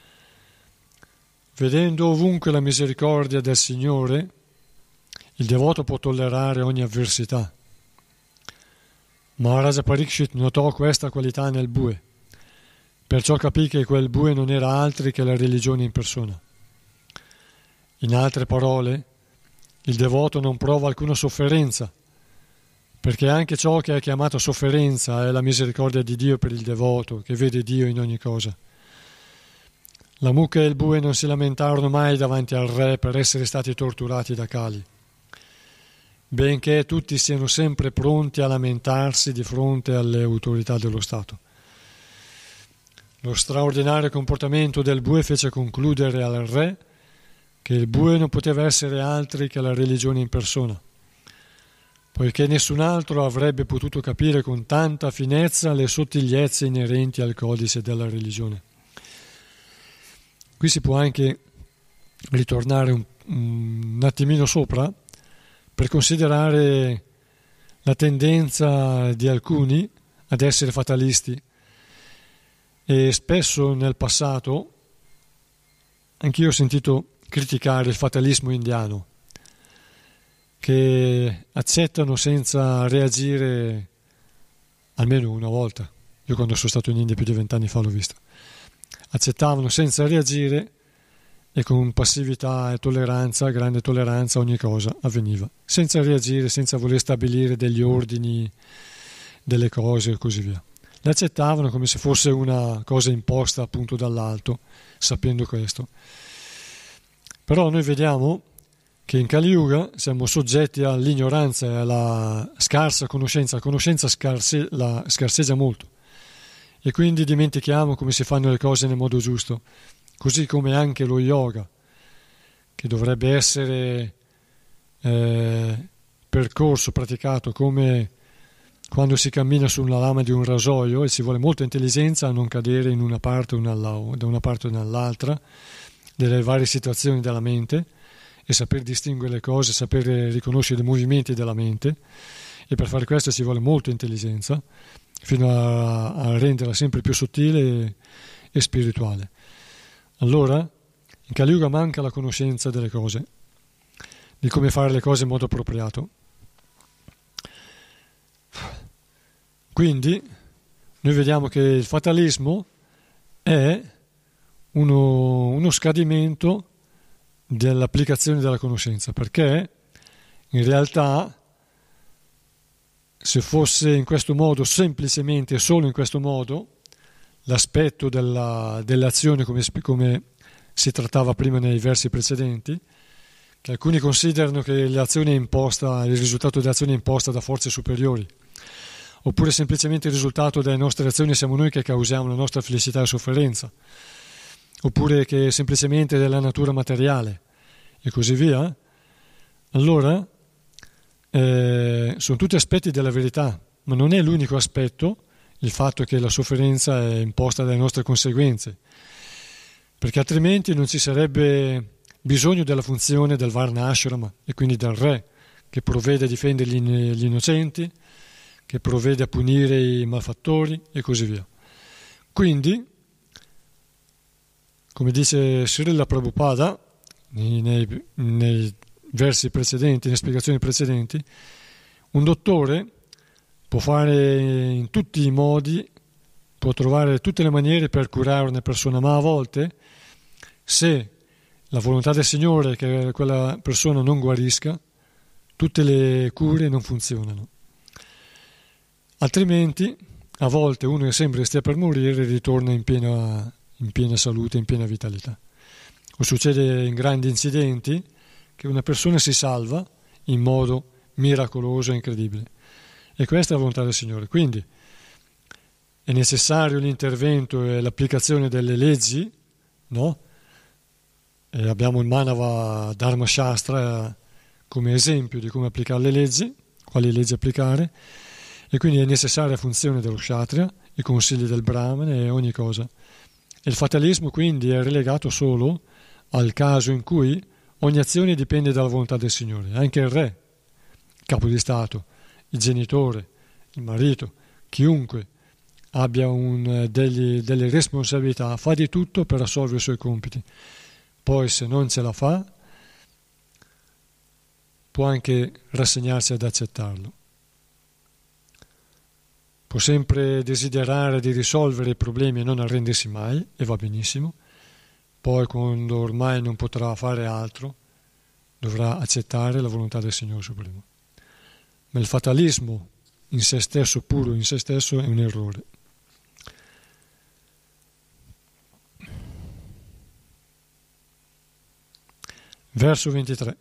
Vedendo ovunque la misericordia del Signore, il devoto può tollerare ogni avversità. Maharaja Parikshit notò questa qualità nel bue, perciò capì che quel bue non era altri che la religione in persona. In altre parole, il devoto non prova alcuna sofferenza, perché anche ciò che è chiamato sofferenza è la misericordia di Dio per il devoto, che vede Dio in ogni cosa. La mucca e il bue non si lamentarono mai davanti al re per essere stati torturati da cali, benché tutti siano sempre pronti a lamentarsi di fronte alle autorità dello Stato. Lo straordinario comportamento del bue fece concludere al re che il bue non poteva essere altri che la religione in persona, poiché nessun altro avrebbe potuto capire con tanta finezza le sottigliezze inerenti al codice della religione. Qui si può anche ritornare un, un attimino sopra per considerare la tendenza di alcuni ad essere fatalisti, e spesso nel passato anch'io ho sentito criticare il fatalismo indiano, che accettano senza reagire almeno una volta. Io quando sono stato in India più di vent'anni fa l'ho visto. Accettavano senza reagire e con passività e tolleranza, grande tolleranza, ogni cosa avveniva, senza reagire, senza voler stabilire degli ordini, delle cose e così via. Le accettavano come se fosse una cosa imposta appunto dall'alto, sapendo questo. Però noi vediamo che in Kali Yuga siamo soggetti all'ignoranza e alla scarsa conoscenza. La conoscenza scarse, la scarseggia molto e quindi dimentichiamo come si fanno le cose nel modo giusto, così come anche lo yoga, che dovrebbe essere eh, percorso, praticato come quando si cammina su una lama di un rasoio, e ci vuole molta intelligenza a non cadere in una parte o da una parte o nell'altra delle varie situazioni della mente, e saper distinguere le cose, saper riconoscere i movimenti della mente, e per fare questo ci vuole molta intelligenza fino a, a renderla sempre più sottile e, e spirituale. Allora in Kali Yuga manca la conoscenza delle cose, di come fare le cose in modo appropriato. Quindi noi vediamo che il fatalismo è uno, uno scadimento dell'applicazione della conoscenza, perché in realtà se fosse in questo modo, semplicemente solo in questo modo, l'aspetto della, dell'azione come, come si trattava prima nei versi precedenti, che alcuni considerano che l'azione è imposta, il risultato dell'azione è imposta da forze superiori, oppure semplicemente il risultato delle nostre azioni siamo noi che causiamo la nostra felicità e sofferenza, oppure che è semplicemente della natura materiale e così via. Allora eh, sono tutti aspetti della verità, ma non è l'unico aspetto il fatto che la sofferenza è imposta dalle nostre conseguenze, perché altrimenti non ci sarebbe bisogno della funzione del Varna Ashrama e quindi del re che provvede a difendere gli innocenti, che provvede a punire i malfattori e così via. Quindi, come dice Srila Prabhupada nei, nei, nei versi precedenti, nelle spiegazioni precedenti, un dottore può fare in tutti i modi, può trovare tutte le maniere per curare una persona, ma a volte, se la volontà del Signore è che quella persona non guarisca, tutte le cure non funzionano. Altrimenti, a volte uno che sembra stia per morire ritorna in piena, in piena salute, in piena vitalità. O succede in grandi incidenti che una persona si salva in modo miracoloso e incredibile. E questa è la volontà del Signore. Quindi è necessario l'intervento e l'applicazione delle leggi, no? E abbiamo il Manava Dharma Shastra come esempio di come applicare le leggi, quali leggi applicare, e quindi è necessaria la funzione dello Kshatriya, i consigli del Brahmana e ogni cosa. E il fatalismo quindi è relegato solo al caso in cui ogni azione dipende dalla volontà del Signore. Anche il re, il capo di Stato, il genitore, il marito, chiunque abbia un, degli, delle responsabilità, fa di tutto per assolvere i suoi compiti. Poi se non ce la fa, può anche rassegnarsi ad accettarlo. Può sempre desiderare di risolvere i problemi e non arrendersi mai, e va benissimo. Poi quando ormai non potrà fare altro, dovrà accettare la volontà del Signore Supremo. Ma il fatalismo in se stesso, puro in se stesso, è un errore. Verso ventitré.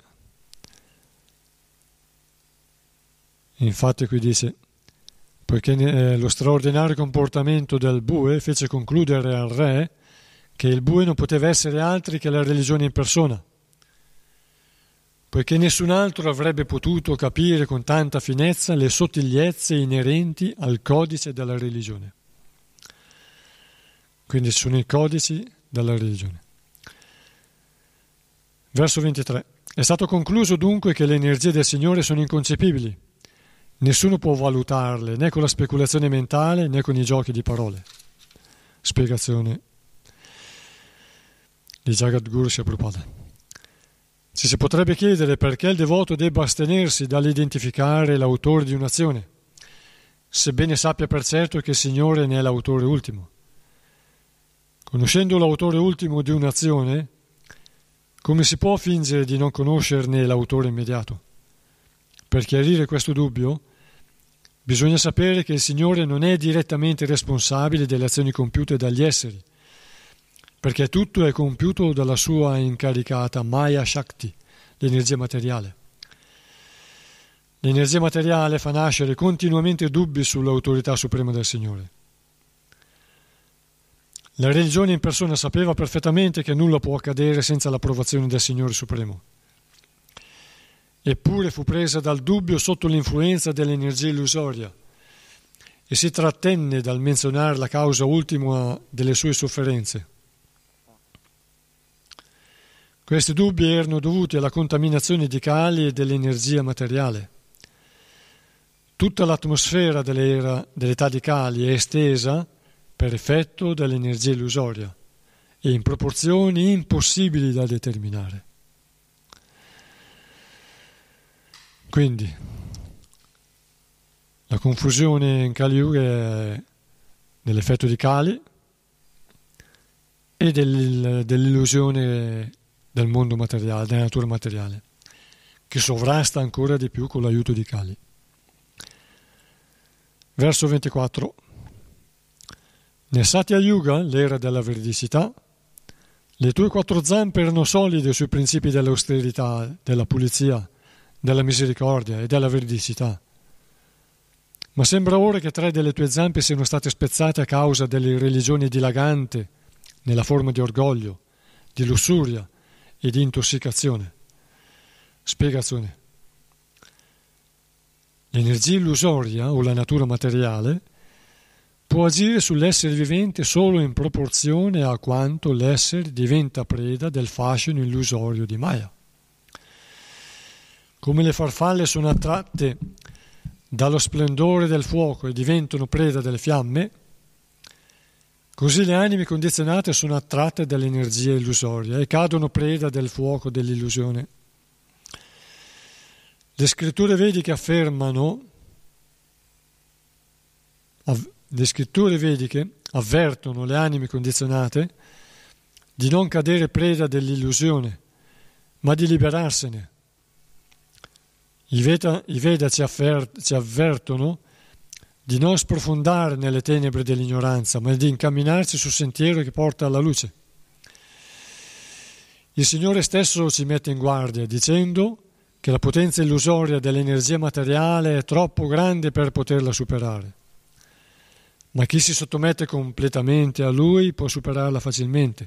Infatti qui dice: poiché eh, lo straordinario comportamento del bue fece concludere al re che il bue non poteva essere altri che la religione in persona, poiché nessun altro avrebbe potuto capire con tanta finezza le sottigliezze inerenti al codice della religione. Quindi sono i codici della religione. Verso ventitré. È stato concluso dunque che le energie del Signore sono inconcepibili. Nessuno può valutarle, né con la speculazione mentale, né con i giochi di parole. Spiegazione di Jagadguru Srila Prabhupada. Ci si potrebbe chiedere perché il devoto debba astenersi dall'identificare l'autore di un'azione, sebbene sappia per certo che il Signore ne è l'autore ultimo. Conoscendo l'autore ultimo di un'azione, come si può fingere di non conoscerne l'autore immediato? Per chiarire questo dubbio, bisogna sapere che il Signore non è direttamente responsabile delle azioni compiute dagli esseri, perché tutto è compiuto dalla sua incaricata Maya Shakti, l'energia materiale. L'energia materiale fa nascere continuamente dubbi sull'autorità suprema del Signore. La religione in persona sapeva perfettamente che nulla può accadere senza l'approvazione del Signore Supremo. Eppure fu presa dal dubbio sotto l'influenza dell'energia illusoria e si trattenne dal menzionare la causa ultima delle sue sofferenze. Questi dubbi erano dovuti alla contaminazione di Kali e dell'energia materiale. Tutta l'atmosfera dell'era, dell'età di Kali è estesa per effetto dell'energia illusoria e in proporzioni impossibili da determinare. Quindi la confusione in Kali Yuga è dell'effetto di Kali e del, dell'illusione del mondo materiale, della natura materiale, che sovrasta ancora di più con l'aiuto di Kali. Verso ventiquattro. Nel Satya Yuga, l'era della veridicità, le tue quattro zampe erano solide sui principi dell'austerità, della pulizia, della misericordia e della veridicità. Ma sembra ora che tre delle tue zampe siano state spezzate a causa delle religioni dilagante nella forma di orgoglio, di lussuria e di intossicazione. Spiegazione. L'energia illusoria o la natura materiale può agire sull'essere vivente solo in proporzione a quanto l'essere diventa preda del fascino illusorio di Maya. Come le farfalle sono attratte dallo splendore del fuoco e diventano preda delle fiamme, così le anime condizionate sono attratte dall'energia illusoria e cadono preda del fuoco dell'illusione. Le scritture vediche affermano, av- le scritture vediche avvertono le anime condizionate di non cadere preda dell'illusione, ma di liberarsene. I Veda, i Veda ci, affer- ci avvertono di non sprofondare nelle tenebre dell'ignoranza, ma di incamminarsi sul sentiero che porta alla luce. Il Signore stesso ci mette in guardia dicendo che la potenza illusoria dell'energia materiale è troppo grande per poterla superare. Ma chi si sottomette completamente a Lui può superarla facilmente.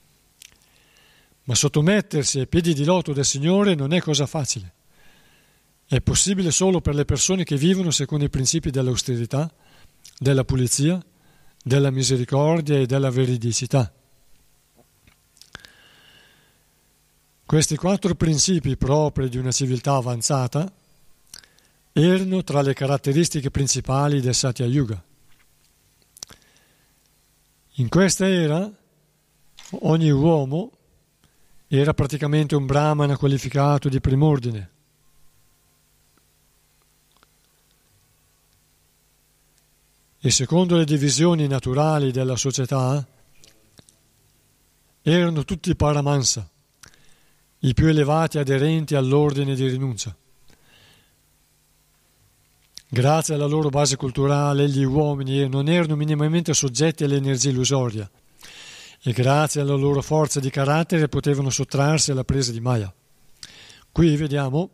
Ma sottomettersi ai piedi di loto del Signore non è cosa facile. È possibile solo per le persone che vivono secondo i principi dell'austerità, della pulizia, della misericordia e della veridicità. Questi quattro principi propri di una civiltà avanzata erano tra le caratteristiche principali del Satya Yuga. In questa era ogni uomo era praticamente un brahmana qualificato di prim'ordine. E secondo le divisioni naturali della società erano tutti paramansa, i più elevati aderenti all'ordine di rinuncia. Grazie alla loro base culturale, gli uomini non erano minimamente soggetti all'energia illusoria e grazie alla loro forza di carattere potevano sottrarsi alla presa di Maya. Qui vediamo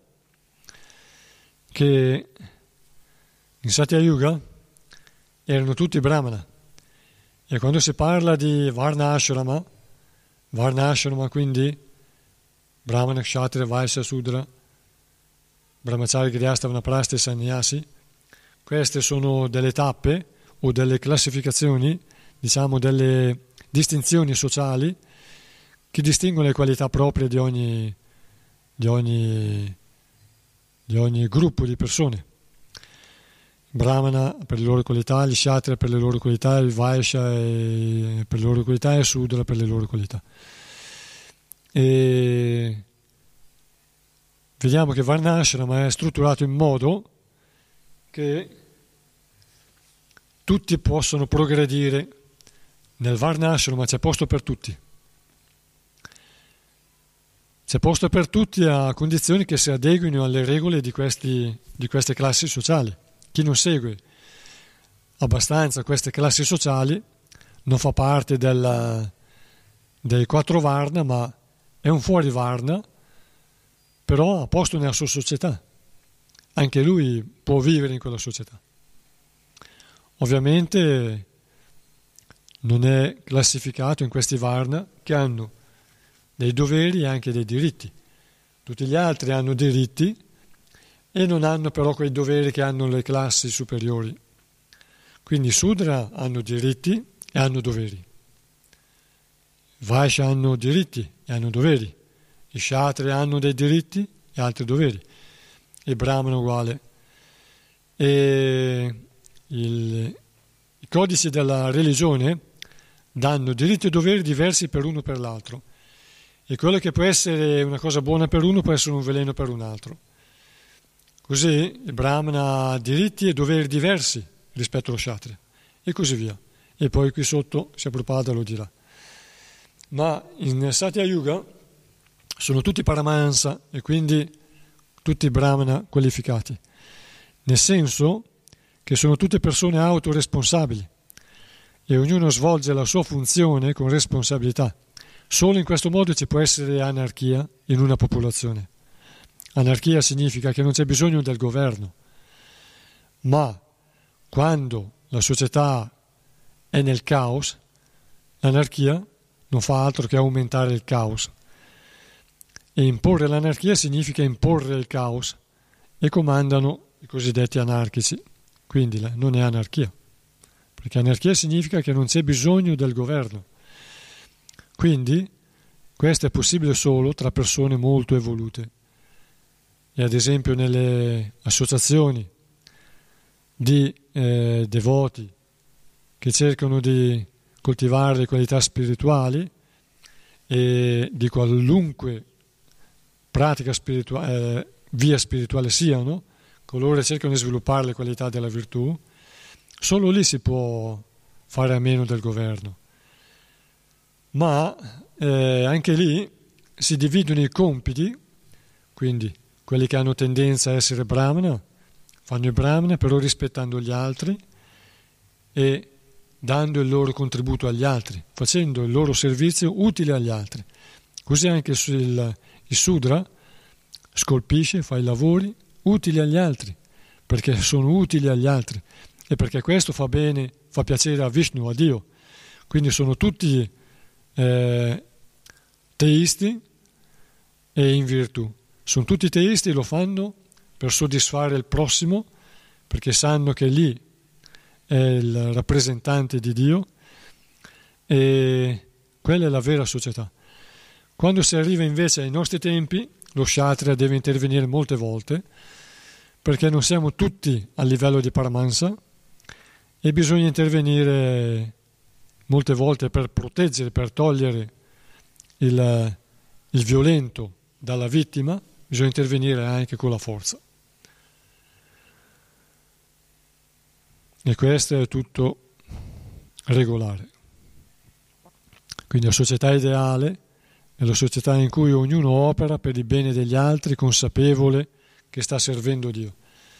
che in Satya Yuga erano tutti brahmana, e quando si parla di Varna Ashrama, Varna Ashrama quindi brahmana, kshatriya, vaishya, sudra, brahmacari, grihastha, vanaprastha e sannyasi, queste sono delle tappe o delle classificazioni, diciamo delle distinzioni sociali che distinguono le qualità proprie di ogni, di ogni, di ogni gruppo di persone. Brahmana per le loro qualità, gli kshatriya per le loro qualità, il vaishya per le loro qualità e il sudra per le loro qualità. E vediamo che Varnashrama è strutturato in modo che tutti possono progredire. Nel Varnashrama c'è posto per tutti. C'è posto per tutti a condizioni che si adeguino alle regole di, questi, di queste classi sociali. Chi non segue abbastanza queste classi sociali non fa parte della, dei quattro Varna, ma è un fuori Varna, però ha posto nella sua società. Anche lui può vivere in quella società. Ovviamente non è classificato in questi Varna che hanno dei doveri e anche dei diritti. Tutti gli altri hanno diritti e non hanno però quei doveri che hanno le classi superiori. Quindi i Sudra hanno diritti e hanno doveri. Vaishya hanno diritti e hanno doveri. I Kshatriya hanno dei diritti e altri doveri. E Brahmana uguale. E il, i codici della religione danno diritti e doveri diversi per uno e per l'altro. E quello che può essere una cosa buona per uno può essere un veleno per un altro. Così il Brahmana ha diritti e doveri diversi rispetto allo Kshatriya, e così via. E poi qui sotto, se Prabhupada lo dirà. Ma in Satya Yuga sono tutti Paramahansa e quindi tutti Brahmana qualificati, nel senso che sono tutte persone autoresponsabili e ognuno svolge la sua funzione con responsabilità. Solo in questo modo ci può essere anarchia in una popolazione. Anarchia significa che non c'è bisogno del governo, ma quando la società è nel caos, l'anarchia non fa altro che aumentare il caos. E imporre l'anarchia significa imporre il caos, e comandano i cosiddetti anarchici. Quindi non è anarchia, perché anarchia significa che non c'è bisogno del governo. Quindi questo è possibile solo tra persone molto evolute. E ad esempio nelle associazioni di eh, devoti che cercano di coltivare le qualità spirituali e di qualunque pratica spirituale, eh, via spirituale siano, coloro che cercano di sviluppare le qualità della virtù, solo lì si può fare a meno del governo. Ma eh, anche lì si dividono i compiti, quindi quelli che hanno tendenza a essere brahmana fanno il brahmana, però rispettando gli altri e dando il loro contributo agli altri, facendo il loro servizio utile agli altri. Così anche il, il Sudra scolpisce, fa i lavori utili agli altri, perché sono utili agli altri e perché questo fa bene, fa piacere a Vishnu, a Dio. Quindi sono tutti eh, teisti e in virtù. Sono tutti teisti e lo fanno per soddisfare il prossimo, perché sanno che lì è il rappresentante di Dio, e quella è la vera società. Quando si arriva invece ai nostri tempi, lo Kshatriya deve intervenire molte volte, perché non siamo tutti a livello di Paramahansa e bisogna intervenire molte volte per proteggere, per togliere il, il violento dalla vittima, bisogna intervenire anche con la forza. E questo è tutto regolare. Quindi la società ideale è la società in cui ognuno opera per il bene degli altri, consapevole che sta servendo Dio.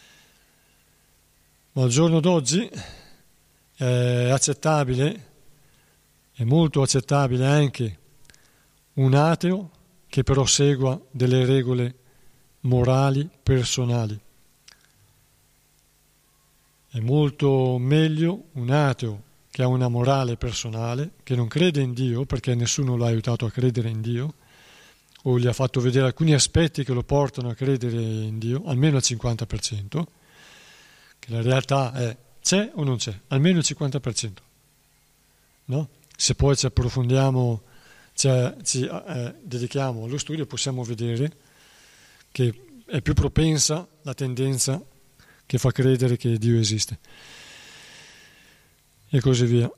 Ma al giorno d'oggi è accettabile, è molto accettabile anche un ateo che però segua delle regole morali personali. È molto meglio un ateo che ha una morale personale, che non crede in Dio perché nessuno l'ha aiutato a credere in Dio, o gli ha fatto vedere alcuni aspetti che lo portano a credere in Dio, almeno al cinquanta per cento, che la realtà è c'è o non c'è, almeno il cinquanta per cento. No? Se poi ci approfondiamo, cioè, ci eh, dedichiamo allo studio, possiamo vedere che è più propensa la tendenza che fa credere che Dio esiste. E così via.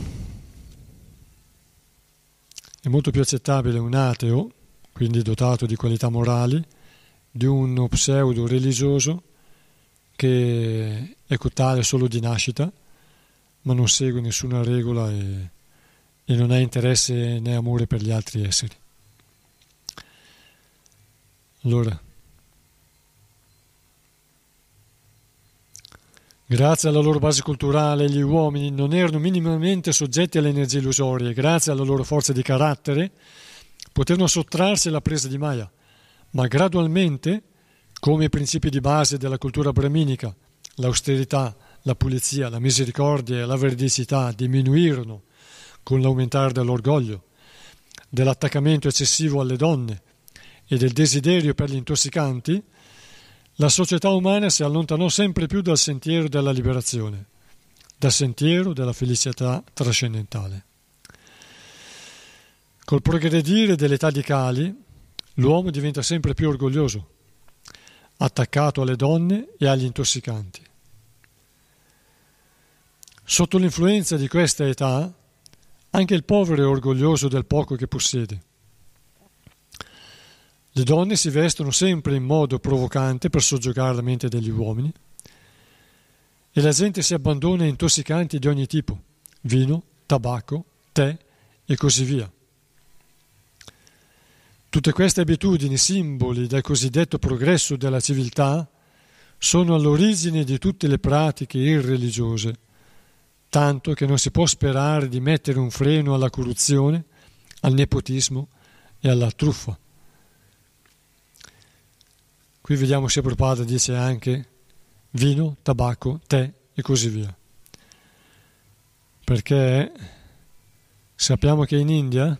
È molto più accettabile un ateo, quindi dotato di qualità morali, di uno pseudo religioso che è tale solo di nascita, ma non segue nessuna regola e, e non ha interesse né amore per gli altri esseri. Allora, grazie alla loro base culturale, gli uomini non erano minimamente soggetti alle energie illusorie. Grazie alla loro forza di carattere, poterono sottrarsi alla presa di Maya, ma gradualmente, come i principi di base della cultura brahminica, l'austerità, la pulizia, la misericordia e la veridicità diminuirono con l'aumentare dell'orgoglio, dell'attaccamento eccessivo alle donne e del desiderio per gli intossicanti, la società umana si allontanò sempre più dal sentiero della liberazione, dal sentiero della felicità trascendentale. Col progredire dell'età di Kali, l'uomo diventa sempre più orgoglioso, attaccato alle donne e agli intossicanti. Sotto l'influenza di questa età, anche il povero è orgoglioso del poco che possiede. Le donne si vestono sempre in modo provocante per soggiogare la mente degli uomini e la gente si abbandona a intossicanti di ogni tipo, vino, tabacco, tè e così via. Tutte queste abitudini, simboli del cosiddetto progresso della civiltà, sono all'origine di tutte le pratiche irreligiose, tanto che non si può sperare di mettere un freno alla corruzione, al nepotismo e alla truffa. Qui vediamo se Prabhupada dice anche vino, tabacco, tè e così via. Perché sappiamo che in India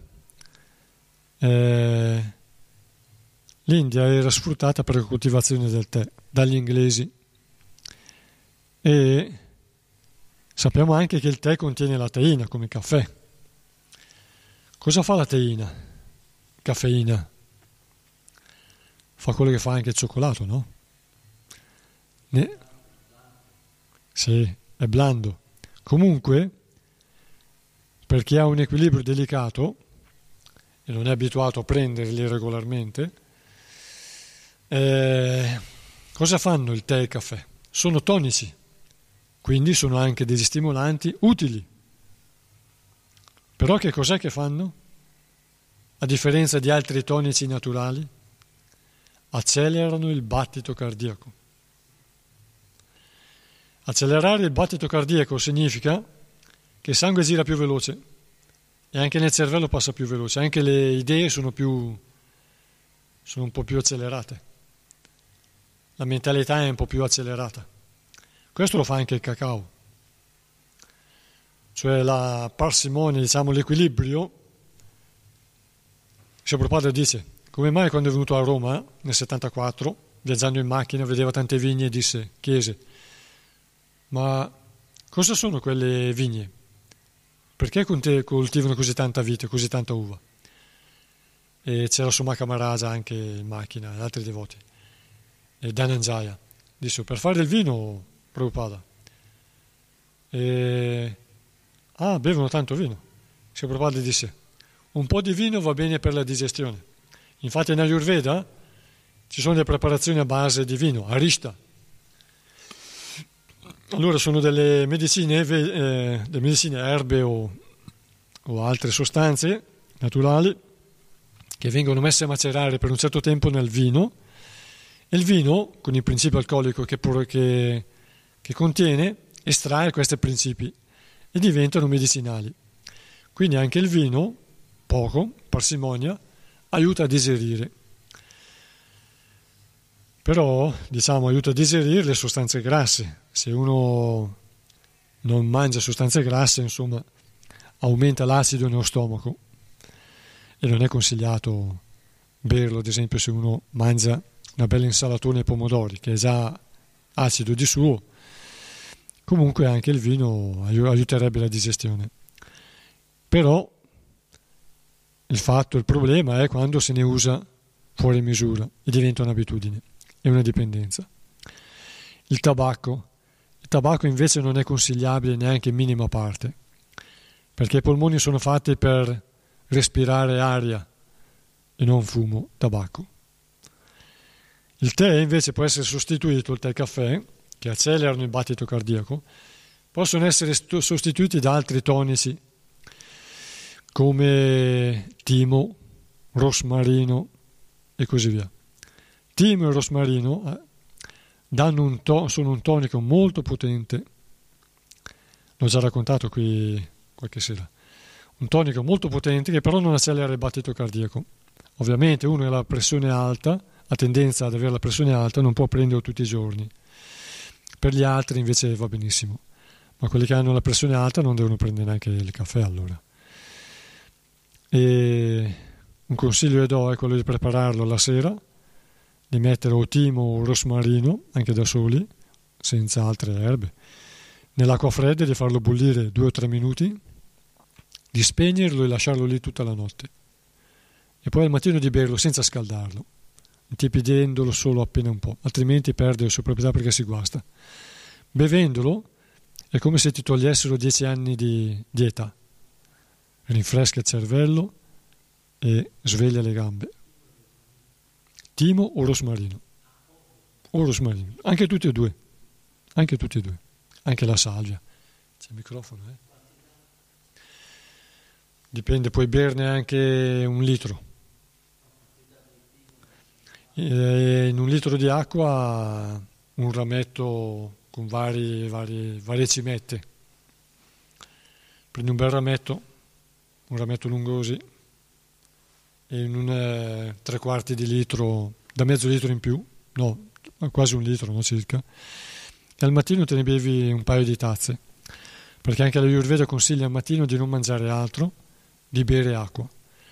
eh, l'India era sfruttata per la coltivazione del tè dagli inglesi e sappiamo anche che il tè contiene la teina come il caffè. Cosa fa la teina? Caffeina. Fa quello che fa anche il cioccolato, no? Ne... Sì, è blando. Comunque, per chi ha un equilibrio delicato e non è abituato a prenderli regolarmente, eh, cosa fanno il tè e il caffè? Sono tonici, quindi sono anche degli stimolanti utili. Però che cos'è che fanno? A differenza di altri tonici naturali, accelerano il battito cardiaco. Accelerare il battito cardiaco significa che il sangue gira più veloce e anche nel cervello passa più veloce, anche le idee sono più sono un po' più accelerate. La mentalità è un po' più accelerata. Questo lo fa anche il cacao. Cioè la parsimonia, diciamo l'equilibrio. Il Prabhupada dice: come mai quando è venuto a Roma nel settantaquattro, viaggiando in macchina, vedeva tante vigne e disse, chiese, ma cosa sono quelle vigne? Perché coltivano così tanta vite, così tanta uva? E c'era Sumaka Maharaja anche in macchina, e altri devoti, e Dhananjaya. Disse, per fare del vino, Prabhupada. E... Ah, bevono tanto vino. Il Prabhupada disse, un po' di vino va bene per la digestione. Infatti in Ayurveda ci sono le preparazioni a base di vino, arishta. Allora sono delle medicine, eh, delle medicine erbe o, o altre sostanze naturali che vengono messe a macerare per un certo tempo nel vino e il vino, con il principio alcolico che, che, che contiene, estrae questi principi e diventano medicinali. Quindi anche il vino, poco, parsimonia, aiuta a digerire. però diciamo aiuta a digerire le sostanze grasse. Se uno non mangia sostanze grasse, insomma, aumenta l'acido nello stomaco e non è consigliato berlo, ad esempio se uno mangia una bella insalatona ai pomodori che è già acido di suo. Comunque anche il vino aiuterebbe la digestione, però il fatto, il problema è quando se ne usa fuori misura e diventa un'abitudine e una dipendenza. Il tabacco il tabacco invece non è consigliabile neanche in minima parte, perché i polmoni sono fatti per respirare aria e non fumo, tabacco. Il tè invece può essere sostituito, il tè e caffè, che accelerano il battito cardiaco, possono essere sostituiti da altri tonici come timo, rosmarino e così via. Timo e rosmarino eh, danno un to- sono un tonico molto potente, l'ho già raccontato qui qualche sera, un tonico molto potente che però non accelera il battito cardiaco. Ovviamente uno che ha la pressione alta, ha tendenza ad avere la pressione alta, non può prenderlo tutti i giorni. Per gli altri invece va benissimo, ma quelli che hanno la pressione alta non devono prendere neanche il caffè allora. E un consiglio che do è quello di prepararlo la sera, di mettere o timo o rosmarino, anche da soli, senza altre erbe, nell'acqua fredda, di farlo bollire due o tre minuti, di spegnerlo e lasciarlo lì tutta la notte. E poi al mattino di berlo senza scaldarlo, intipidendolo solo appena un po', altrimenti perde le sue proprietà perché si guasta. Bevendolo è come se ti togliessero dieci anni di, di età. Rinfresca il cervello e sveglia le gambe. Timo o rosmarino? O rosmarino, anche tutti e due, anche tutti e due, anche la salvia. C'è il microfono, eh? Dipende, puoi berne anche un litro. E in un litro di acqua un rametto con vari, vari, varie cimette. Prendi un bel rametto, un rametto lungo così, e in un eh, tre quarti di litro, da mezzo litro in più, no, quasi un litro, no, circa, e al mattino te ne bevi un paio di tazze, perché anche l'Ayurveda consiglia al mattino di non mangiare altro, di bere acqua.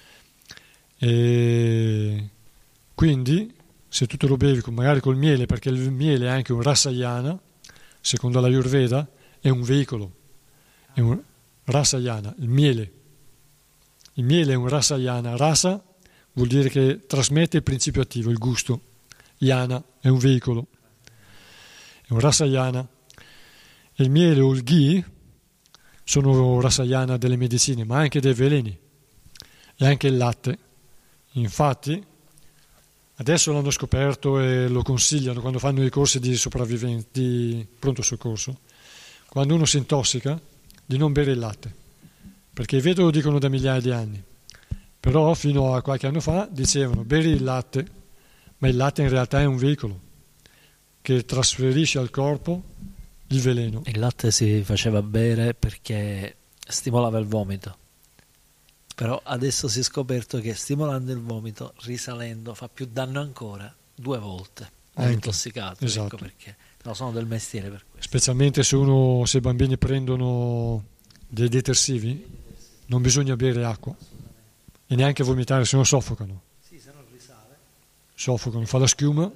E quindi se tu te lo bevi con, magari col miele, perché il miele è anche un rasayana, secondo l'Ayurveda è un veicolo, è un rasayana, il miele. Il miele è un rasayana, rasa vuol dire che trasmette il principio attivo, il gusto, yana è un veicolo, è un rasayana. E il miele o il ghee sono rasayana delle medicine, ma anche dei veleni, e anche il latte. Infatti adesso l'hanno scoperto e lo consigliano quando fanno i corsi di sopravvivenza, di pronto soccorso, quando uno si intossica, di non bere il latte, perché i vedi lo dicono da migliaia di anni, però fino a qualche anno fa dicevano bevi il latte, ma il latte in realtà è un veicolo che trasferisce al corpo il veleno. Il latte si faceva bere perché stimolava il vomito, però adesso si è scoperto che stimolando il vomito, risalendo, fa più danno ancora, due volte. È intossicato, esatto. Ecco perché no, sono del mestiere per questo. Specialmente se uno, se i bambini prendono dei detersivi, non bisogna bere acqua e neanche vomitare, se no soffocano. Sì, se non risale. Soffocano, fa la schiuma.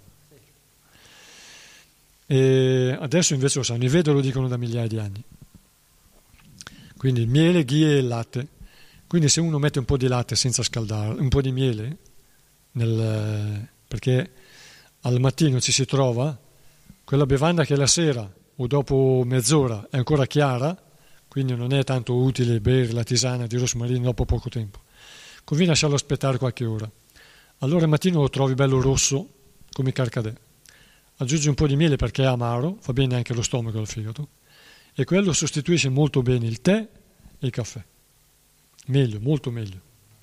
E adesso invece lo sanno, i Veda lo dicono da migliaia di anni. Quindi il miele, ghee e il latte. Quindi se uno mette un po' di latte senza scaldare, un po' di miele, nel, perché al mattino ci si trova quella bevanda che la sera o dopo mezz'ora è ancora chiara, quindi non è tanto utile bere la tisana di rosmarino dopo poco tempo. Conviene lasciarlo aspettare qualche ora. Allora al mattino lo trovi bello rosso come carcadè. Aggiungi un po' di miele perché è amaro, fa bene anche allo stomaco e al fegato, e quello sostituisce molto bene il tè e il caffè. Meglio, molto meglio.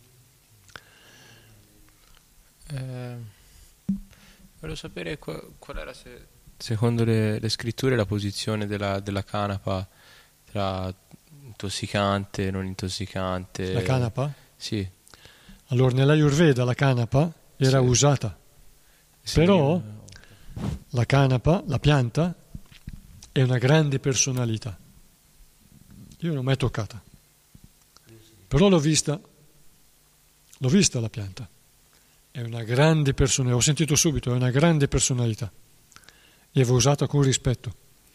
Eh, volevo sapere qual, qual era, se, secondo le, le scritture, la posizione della, della canapa tra intossicante e non intossicante. La canapa? Sì. Allora, nell'Ayurveda la canapa era sì. usata, Sì, però la canapa, la pianta, è una grande personalità. Io non l'ho mai toccata, però l'ho vista, l'ho vista la pianta. È una grande personalità, ho sentito subito, è una grande personalità e va usata con rispetto.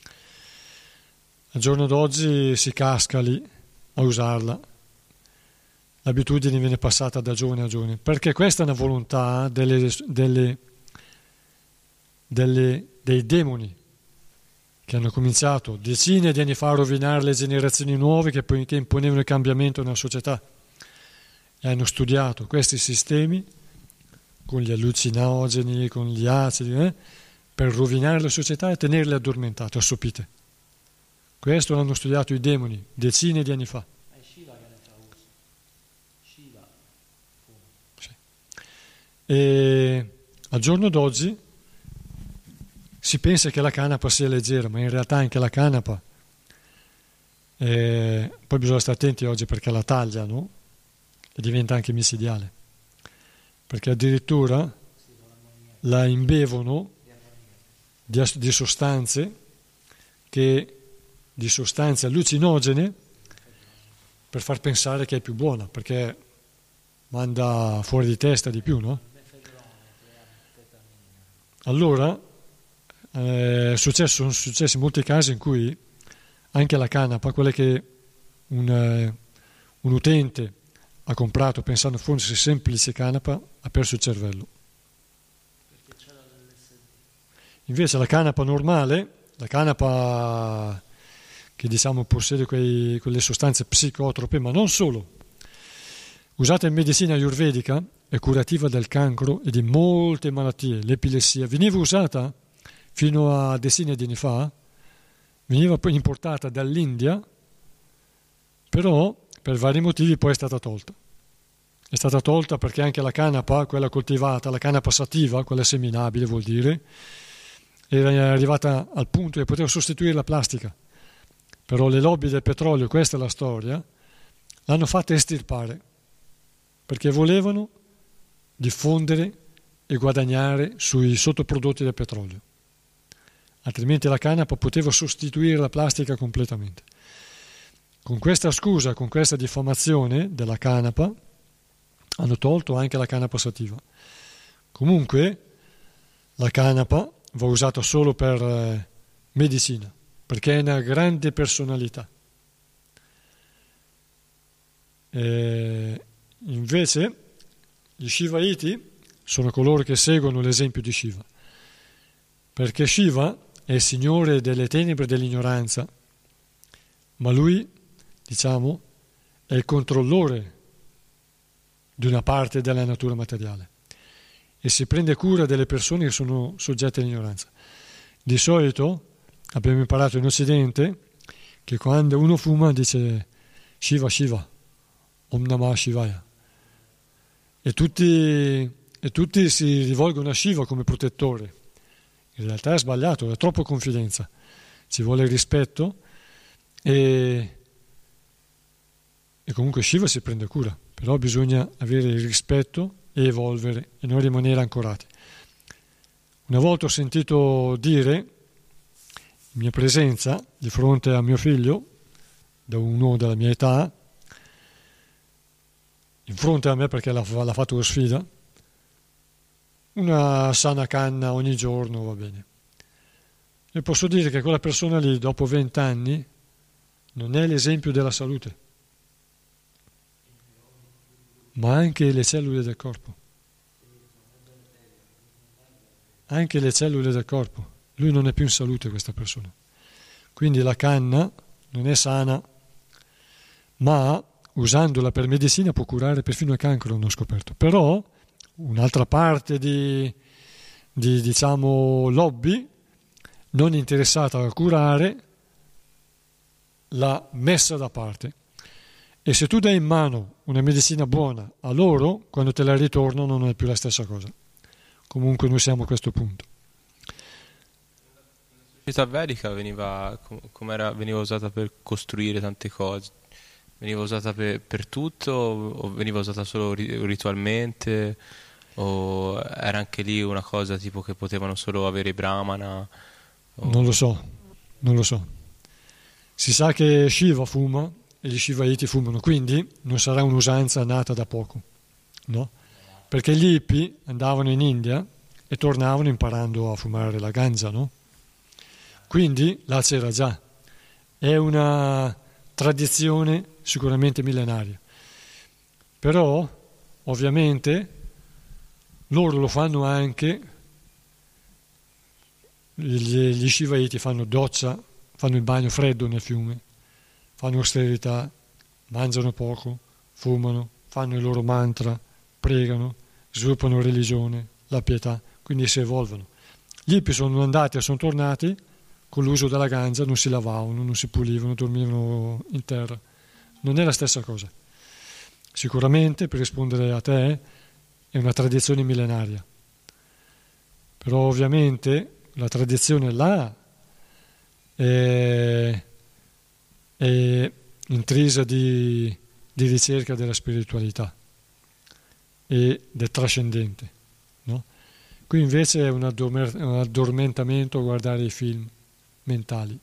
Al giorno d'oggi si casca lì a usarla, l'abitudine viene passata da giovane a giovane, perché questa è una volontà delle, delle, delle, dei demoni che hanno cominciato decine di anni fa a rovinare le generazioni nuove che, che imponevano il cambiamento nella società e hanno studiato questi sistemi con gli allucinogeni, con gli acidi, eh, per rovinare la società e tenerle addormentate, assopite. Questo l'hanno studiato i demoni decine di anni fa. È Shiva che ne fa uso. Shiva. Sì. E al giorno d'oggi si pensa che la canapa sia leggera, ma in realtà anche la canapa, eh, poi bisogna stare attenti oggi perché la tagliano e diventa anche micidiale, perché addirittura la imbevono di, di sostanze che di sostanze allucinogene per far pensare che è più buona, perché manda fuori di testa di più, no? Allora eh, è successo, sono successi molti casi in cui anche la canapa, quella che un, eh, un utente ha comprato pensando fosse semplice canapa, ha perso il cervello. Invece la canapa normale, la canapa che diciamo possiede quei, quelle sostanze psicotrope, ma non solo, usata in medicina ayurvedica, è curativa del cancro e di molte malattie, l'epilessia. Veniva usata fino a decine di anni fa, veniva poi importata dall'India, però per vari motivi poi è stata tolta. È stata tolta perché anche la canapa, quella coltivata, la canapa sativa, quella seminabile vuol dire, era arrivata al punto che poteva sostituire la plastica. Però le lobby del petrolio, questa è la storia, l'hanno fatta estirpare, perché volevano diffondere e guadagnare sui sottoprodotti del petrolio. Altrimenti la canapa poteva sostituire la plastica completamente. Con questa scusa, con questa diffamazione della canapa, hanno tolto anche la canapa sativa. Comunque, la canapa va usata solo per eh, medicina, perché è una grande personalità. E invece, gli Shivaiti sono coloro che seguono l'esempio di Shiva, perché Shiva è il signore delle tenebre e dell'ignoranza, ma lui, diciamo, è il controllore di una parte della natura materiale e si prende cura delle persone che sono soggette all'ignoranza. Di solito abbiamo imparato in Occidente che quando uno fuma dice Shiva Shiva, Om Namah Shivaya, e tutti, e tutti si rivolgono a Shiva come protettore. In realtà è sbagliato, è troppo confidenza, ci vuole rispetto e, e comunque Shiva si prende cura, però bisogna avere il rispetto e evolvere e non rimanere ancorati. Una volta ho sentito dire in mia presenza di fronte a mio figlio, da uno della mia età, in fronte a me perché l'ha, l'ha fatto una sfida, una sana canna ogni giorno va bene. E posso dire che quella persona lì dopo vent'anni non è l'esempio della salute, ma anche le cellule del corpo. Anche le cellule del corpo. Lui non è più in salute, questa persona. Quindi la canna non è sana, ma usandola per medicina può curare perfino il cancro, hanno scoperto. Però un'altra parte di, di diciamo lobby non interessata a curare l'ha messa da parte. E se tu dai in mano una medicina buona a loro, quando te la ritornano non è più la stessa cosa. Comunque noi siamo a questo punto. La società vedica veniva, com'era, veniva usata per costruire tante cose? Veniva usata per, per tutto o veniva usata solo ritualmente? O era anche lì una cosa tipo che potevano solo avere i brahmana? O... Non lo so, non lo so. Si sa che Shiva fuma e gli Shivaiti fumano, quindi non sarà un'usanza nata da poco, no? Perché gli hippie andavano in India e tornavano imparando a fumare la ganja, no? Quindi là c'era già. È una tradizione sicuramente millenaria. Però, ovviamente, loro lo fanno anche, gli, gli Shivaiti fanno doccia, fanno il bagno freddo nel fiume, fanno austerità, mangiano poco, fumano, fanno i loro mantra, pregano, sviluppano religione, la pietà, quindi si evolvono. Gli hippie sono andati e sono tornati con l'uso della ganja, non si lavavano, non si pulivano, dormivano in terra. Non è la stessa cosa. Sicuramente, per rispondere a te, è una tradizione millenaria. Però ovviamente la tradizione là è, è intrisa di, di ricerca della spiritualità e del trascendente, no? Qui invece è un, addormer- un addormentamento a guardare i film mentali.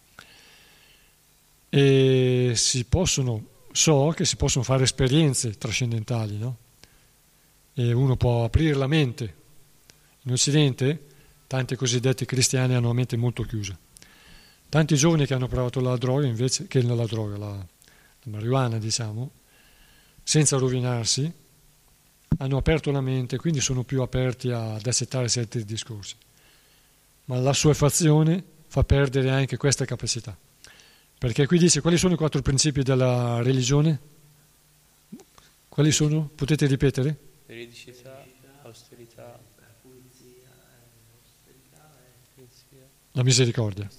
E si possono, so che si possono fare esperienze trascendentali, no? E uno può aprire la mente. In Occidente tanti cosiddetti cristiani hanno la mente molto chiusa. Tanti giovani che hanno provato la droga, invece che la droga, la, la marijuana, diciamo, senza rovinarsi, hanno aperto la mente, quindi sono più aperti ad accettare certi discorsi. Ma la suefazione fa perdere anche questa capacità. Perché qui dice quali sono i quattro principi della religione? Quali sono? Potete ripetere? Veridicità, austerità, la misericordia.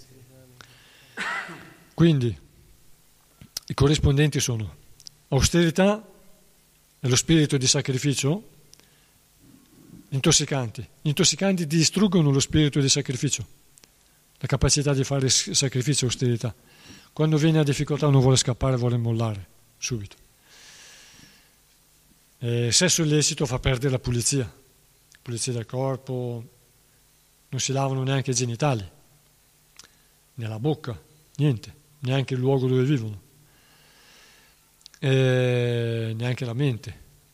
Quindi i corrispondenti sono austerità e lo spirito di sacrificio, intossicanti. Gli intossicanti distruggono lo spirito di sacrificio, la capacità di fare sacrificio e austerità. Quando viene a difficoltà uno vuole scappare, vuole mollare subito. E sesso illecito fa perdere la pulizia, pulizia del corpo, non si lavano neanche i genitali, nella bocca, niente, neanche il luogo dove vivono, e neanche la mente.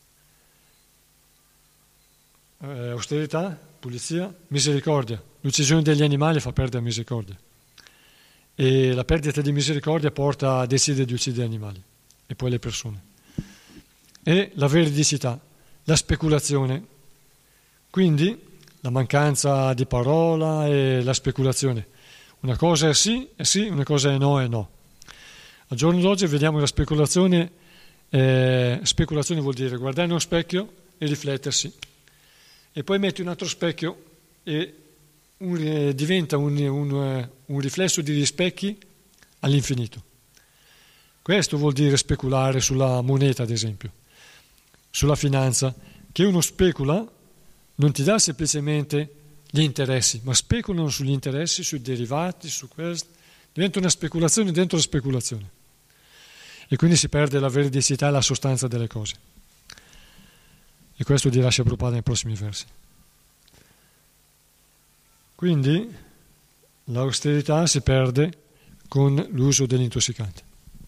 Eh, austerità, pulizia, misericordia. L'uccisione degli animali fa perdere la misericordia. E la perdita di misericordia porta a decidere di uccidere gli animali e poi le persone. E la veridicità, la speculazione. Quindi la mancanza di parola e la speculazione. Una cosa è sì, è sì, una cosa è no, è no. Al giorno d'oggi vediamo la speculazione, eh, speculazione vuol dire guardare nello specchio e riflettersi. E poi metti un altro specchio e un, eh, diventa un, un, un riflesso di rispecchi all'infinito. Questo vuol dire speculare sulla moneta, ad esempio, sulla finanza, che uno specula non ti dà semplicemente gli interessi, ma speculano sugli interessi, sui derivati, su questo. Diventa una speculazione dentro la speculazione. E quindi si perde la veridicità e la sostanza delle cose. E questo dirà Prabhupada nei prossimi versi. Quindi l'austerità si perde con l'uso dell'intossicante.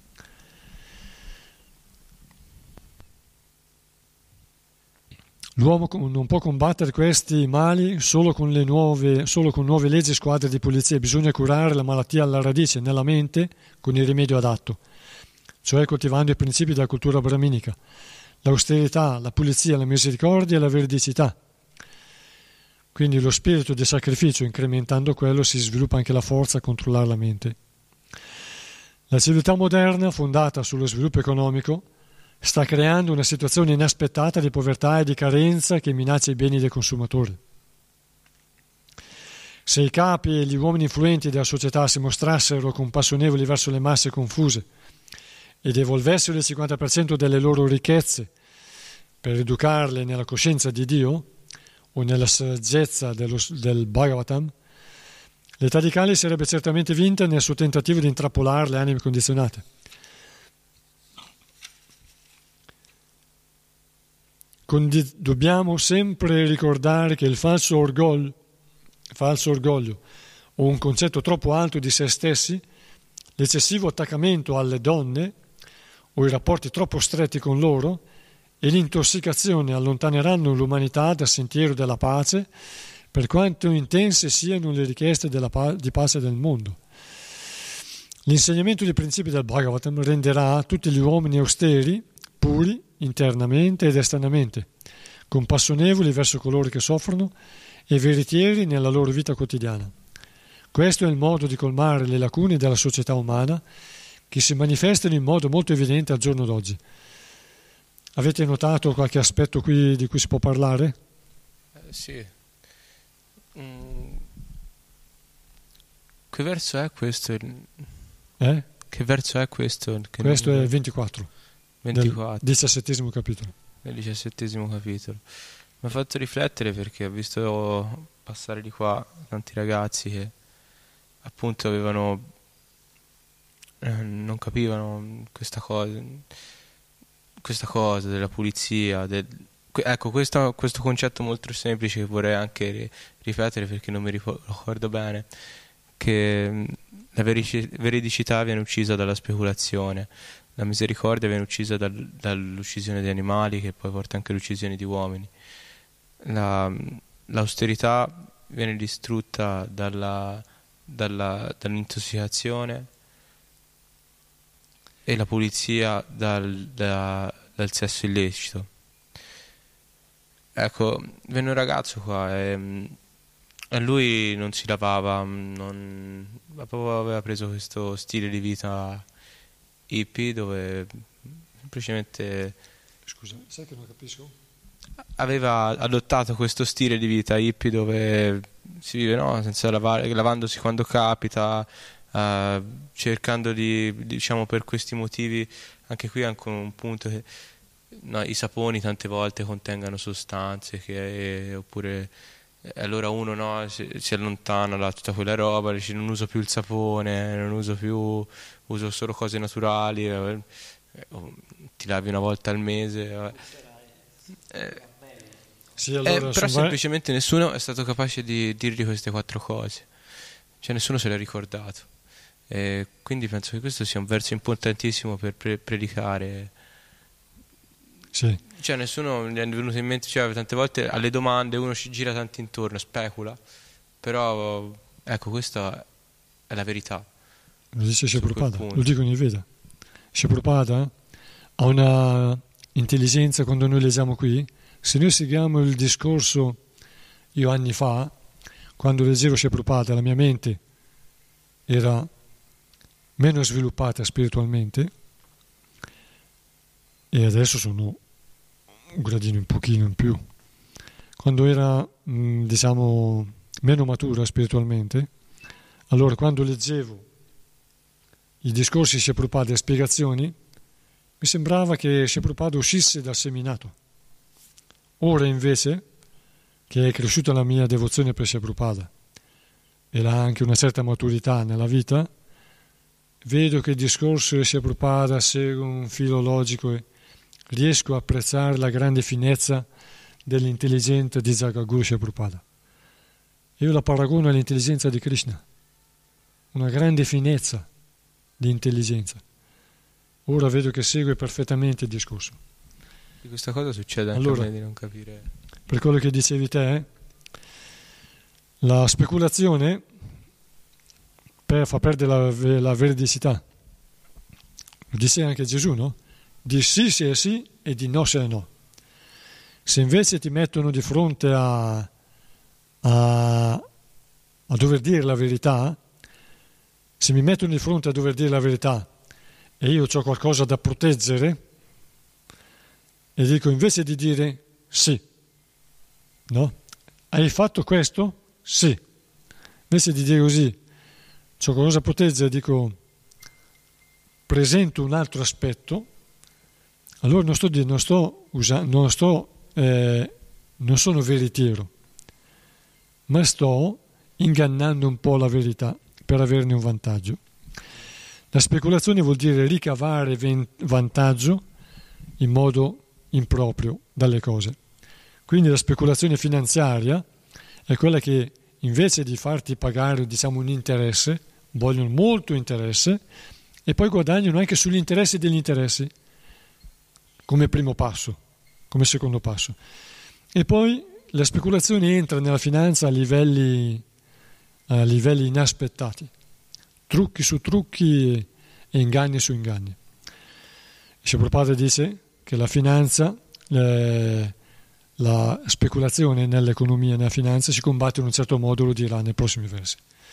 L'uomo non può combattere questi mali solo con le nuove, solo con nuove leggi e squadre di polizia. Bisogna curare la malattia alla radice, nella mente, con il rimedio adatto, cioè coltivando i principi della cultura brahminica, l'austerità, la pulizia, la misericordia e la veridicità. Quindi lo spirito di sacrificio, incrementando quello, si sviluppa anche la forza a controllare la mente. La civiltà moderna, fondata sullo sviluppo economico, sta creando una situazione inaspettata di povertà e di carenza che minaccia i beni dei consumatori. Se i capi e gli uomini influenti della società si mostrassero compassionevoli verso le masse confuse e devolvessero il cinquanta per cento delle loro ricchezze per educarle nella coscienza di Dio o nella saggezza dello, del Bhagavatam, l'età di Kali sarebbe certamente vinta nel suo tentativo di intrappolare le anime condizionate. condi- dobbiamo sempre ricordare che il falso orgoglio, falso orgoglio o un concetto troppo alto di se stessi, l'eccessivo attaccamento alle donne o i rapporti troppo stretti con loro e l'intossicazione allontaneranno l'umanità dal sentiero della pace, per quanto intense siano le richieste della pa- di pace del mondo. L'insegnamento dei principi del Bhagavatam renderà tutti gli uomini austeri, puri, internamente ed esternamente, compassionevoli verso coloro che soffrono e veritieri nella loro vita quotidiana. Questo è il modo di colmare le lacune della società umana che si manifestano in modo molto evidente al giorno d'oggi. Avete notato qualche aspetto qui di cui si può parlare? Eh, sì. Mm. Che verso è questo? Eh? Che verso è questo? Che Questo non... è il ventiquattro, ventiquattro. Del diciassettesimo capitolo. Nel diciassettesimo capitolo. Mi ha fatto riflettere perché ho visto passare di qua tanti ragazzi che appunto avevano eh, non capivano questa cosa questa cosa della pulizia del, ecco questo, questo concetto molto semplice che vorrei anche ri, ripetere perché non mi ricordo bene, che la verici, veridicità viene uccisa dalla speculazione, la misericordia viene uccisa dal, dall'uccisione di animali che poi porta anche all'uccisione di uomini, la, l'austerità viene distrutta dalla, dalla, dall'intossicazione e la pulizia dal, da, dal sesso illecito. Ecco, venne un ragazzo qua e, e lui non si lavava, non, proprio aveva preso questo stile di vita hippie dove semplicemente... Scusa, sai che non capisco? Aveva adottato questo stile di vita hippie dove si vive, no, senza lavare, lavandosi quando capita, uh, cercando di, diciamo, per questi motivi, anche qui anche un punto che no, i saponi tante volte contengano sostanze che, eh, oppure eh, allora uno no, si, si allontana da tutta quella roba, dice non uso più il sapone, non uso più, uso solo cose naturali, eh, eh, ti lavi una volta al mese. Eh, eh, sì, allora, eh, però sono... semplicemente nessuno è stato capace di dirgli queste quattro cose, cioè nessuno se l'ha ricordato, eh, quindi penso che questo sia un verso importantissimo per pre- predicare. Sì. Cioè nessuno gli è venuto in mente, cioè tante volte alle domande uno ci gira tanto intorno, specula, però ecco questa è la verità. Lo dice Sri Prabhupada, lo dicono in Veda. Sri Prabhupada ha una intelligenza quando noi leggiamo qui. Se noi seguiamo il discorso io anni fa, quando leggevo Sri Prabhupada, la mia mente era meno sviluppata spiritualmente e adesso sono un gradino un pochino in più. Quando era mh, diciamo meno matura spiritualmente, allora quando leggevo i discorsi di Sri Prabhupada e spiegazioni mi sembrava che Sri Prabhupada uscisse dal seminato. Ora invece che è cresciuta la mia devozione per Sri Prabhupada e ha anche una certa maturità nella vita, vedo che il discorso di Sri Prabhupada segue un filo logico e riesco a apprezzare la grande finezza dell'intelligenza di Jagaguru Sri Prabhupada. Io la paragono all'intelligenza di Krishna, una grande finezza di intelligenza. Ora vedo che segue perfettamente il discorso. Di questa cosa succede anche allora, a me di non capire. Per quello che dicevi te, la speculazione per, fa perdere la, la veridicità. Lo dice anche Gesù, no? Di sì se è sì e di no se è no. Se invece ti mettono di fronte a, a, a dover dire la verità, se mi mettono di fronte a dover dire la verità e io ho qualcosa da proteggere e dico invece di dire sì, no? Hai fatto questo? Sì. Invece di dire così, c'ho qualcosa da proteggere, dico presento un altro aspetto, allora non sto, non sto usando, non sto, eh, non sono veritiero, ma sto ingannando un po' la verità per averne un vantaggio. La speculazione vuol dire ricavare vantaggio in modo improprio dalle cose. Quindi la speculazione finanziaria è quella che invece di farti pagare, diciamo, un interesse, vogliono molto interesse e poi guadagnano anche sugli interessi degli interessi come primo passo, come secondo passo. E poi la speculazione entra nella finanza a livelli, a livelli inaspettati, trucchi su trucchi e inganni su inganni. Prabhupada dice che la finanza, eh, la speculazione nell'economia e nella finanza si combatte in un certo modo, lo dirà nei prossimi versi.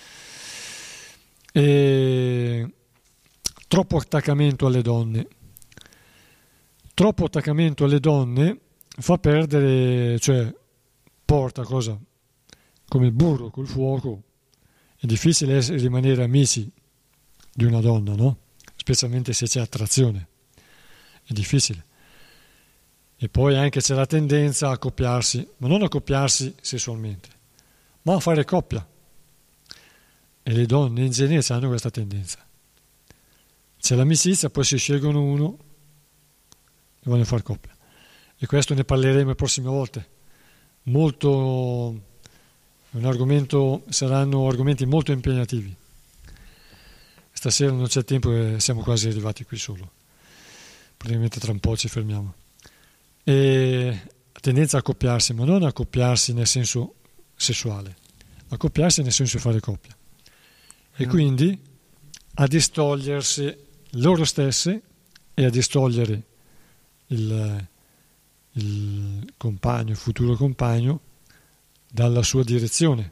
E troppo attaccamento alle donne. Troppo attaccamento alle donne fa perdere, cioè porta cosa? Come il burro col fuoco. È difficile essere, rimanere amici di una donna, no? Specialmente se c'è attrazione. È difficile. E poi anche c'è la tendenza a accoppiarsi, ma non a accoppiarsi sessualmente, ma a fare coppia. E le donne in genere hanno questa tendenza. C'è l'amicizia, poi si scelgono uno e vogliono fare coppia. E questo ne parleremo le prossime volte. Molto, un argomento, saranno argomenti molto impegnativi. Stasera non c'è tempo e siamo quasi arrivati qui solo. Praticamente tra un po' ci fermiamo. E tendenza a accoppiarsi, ma non a accoppiarsi nel senso sessuale, accoppiarsi nel senso di fare coppia. E quindi a distogliersi loro stesse e a distogliere il, il compagno, il futuro compagno, dalla sua direzione.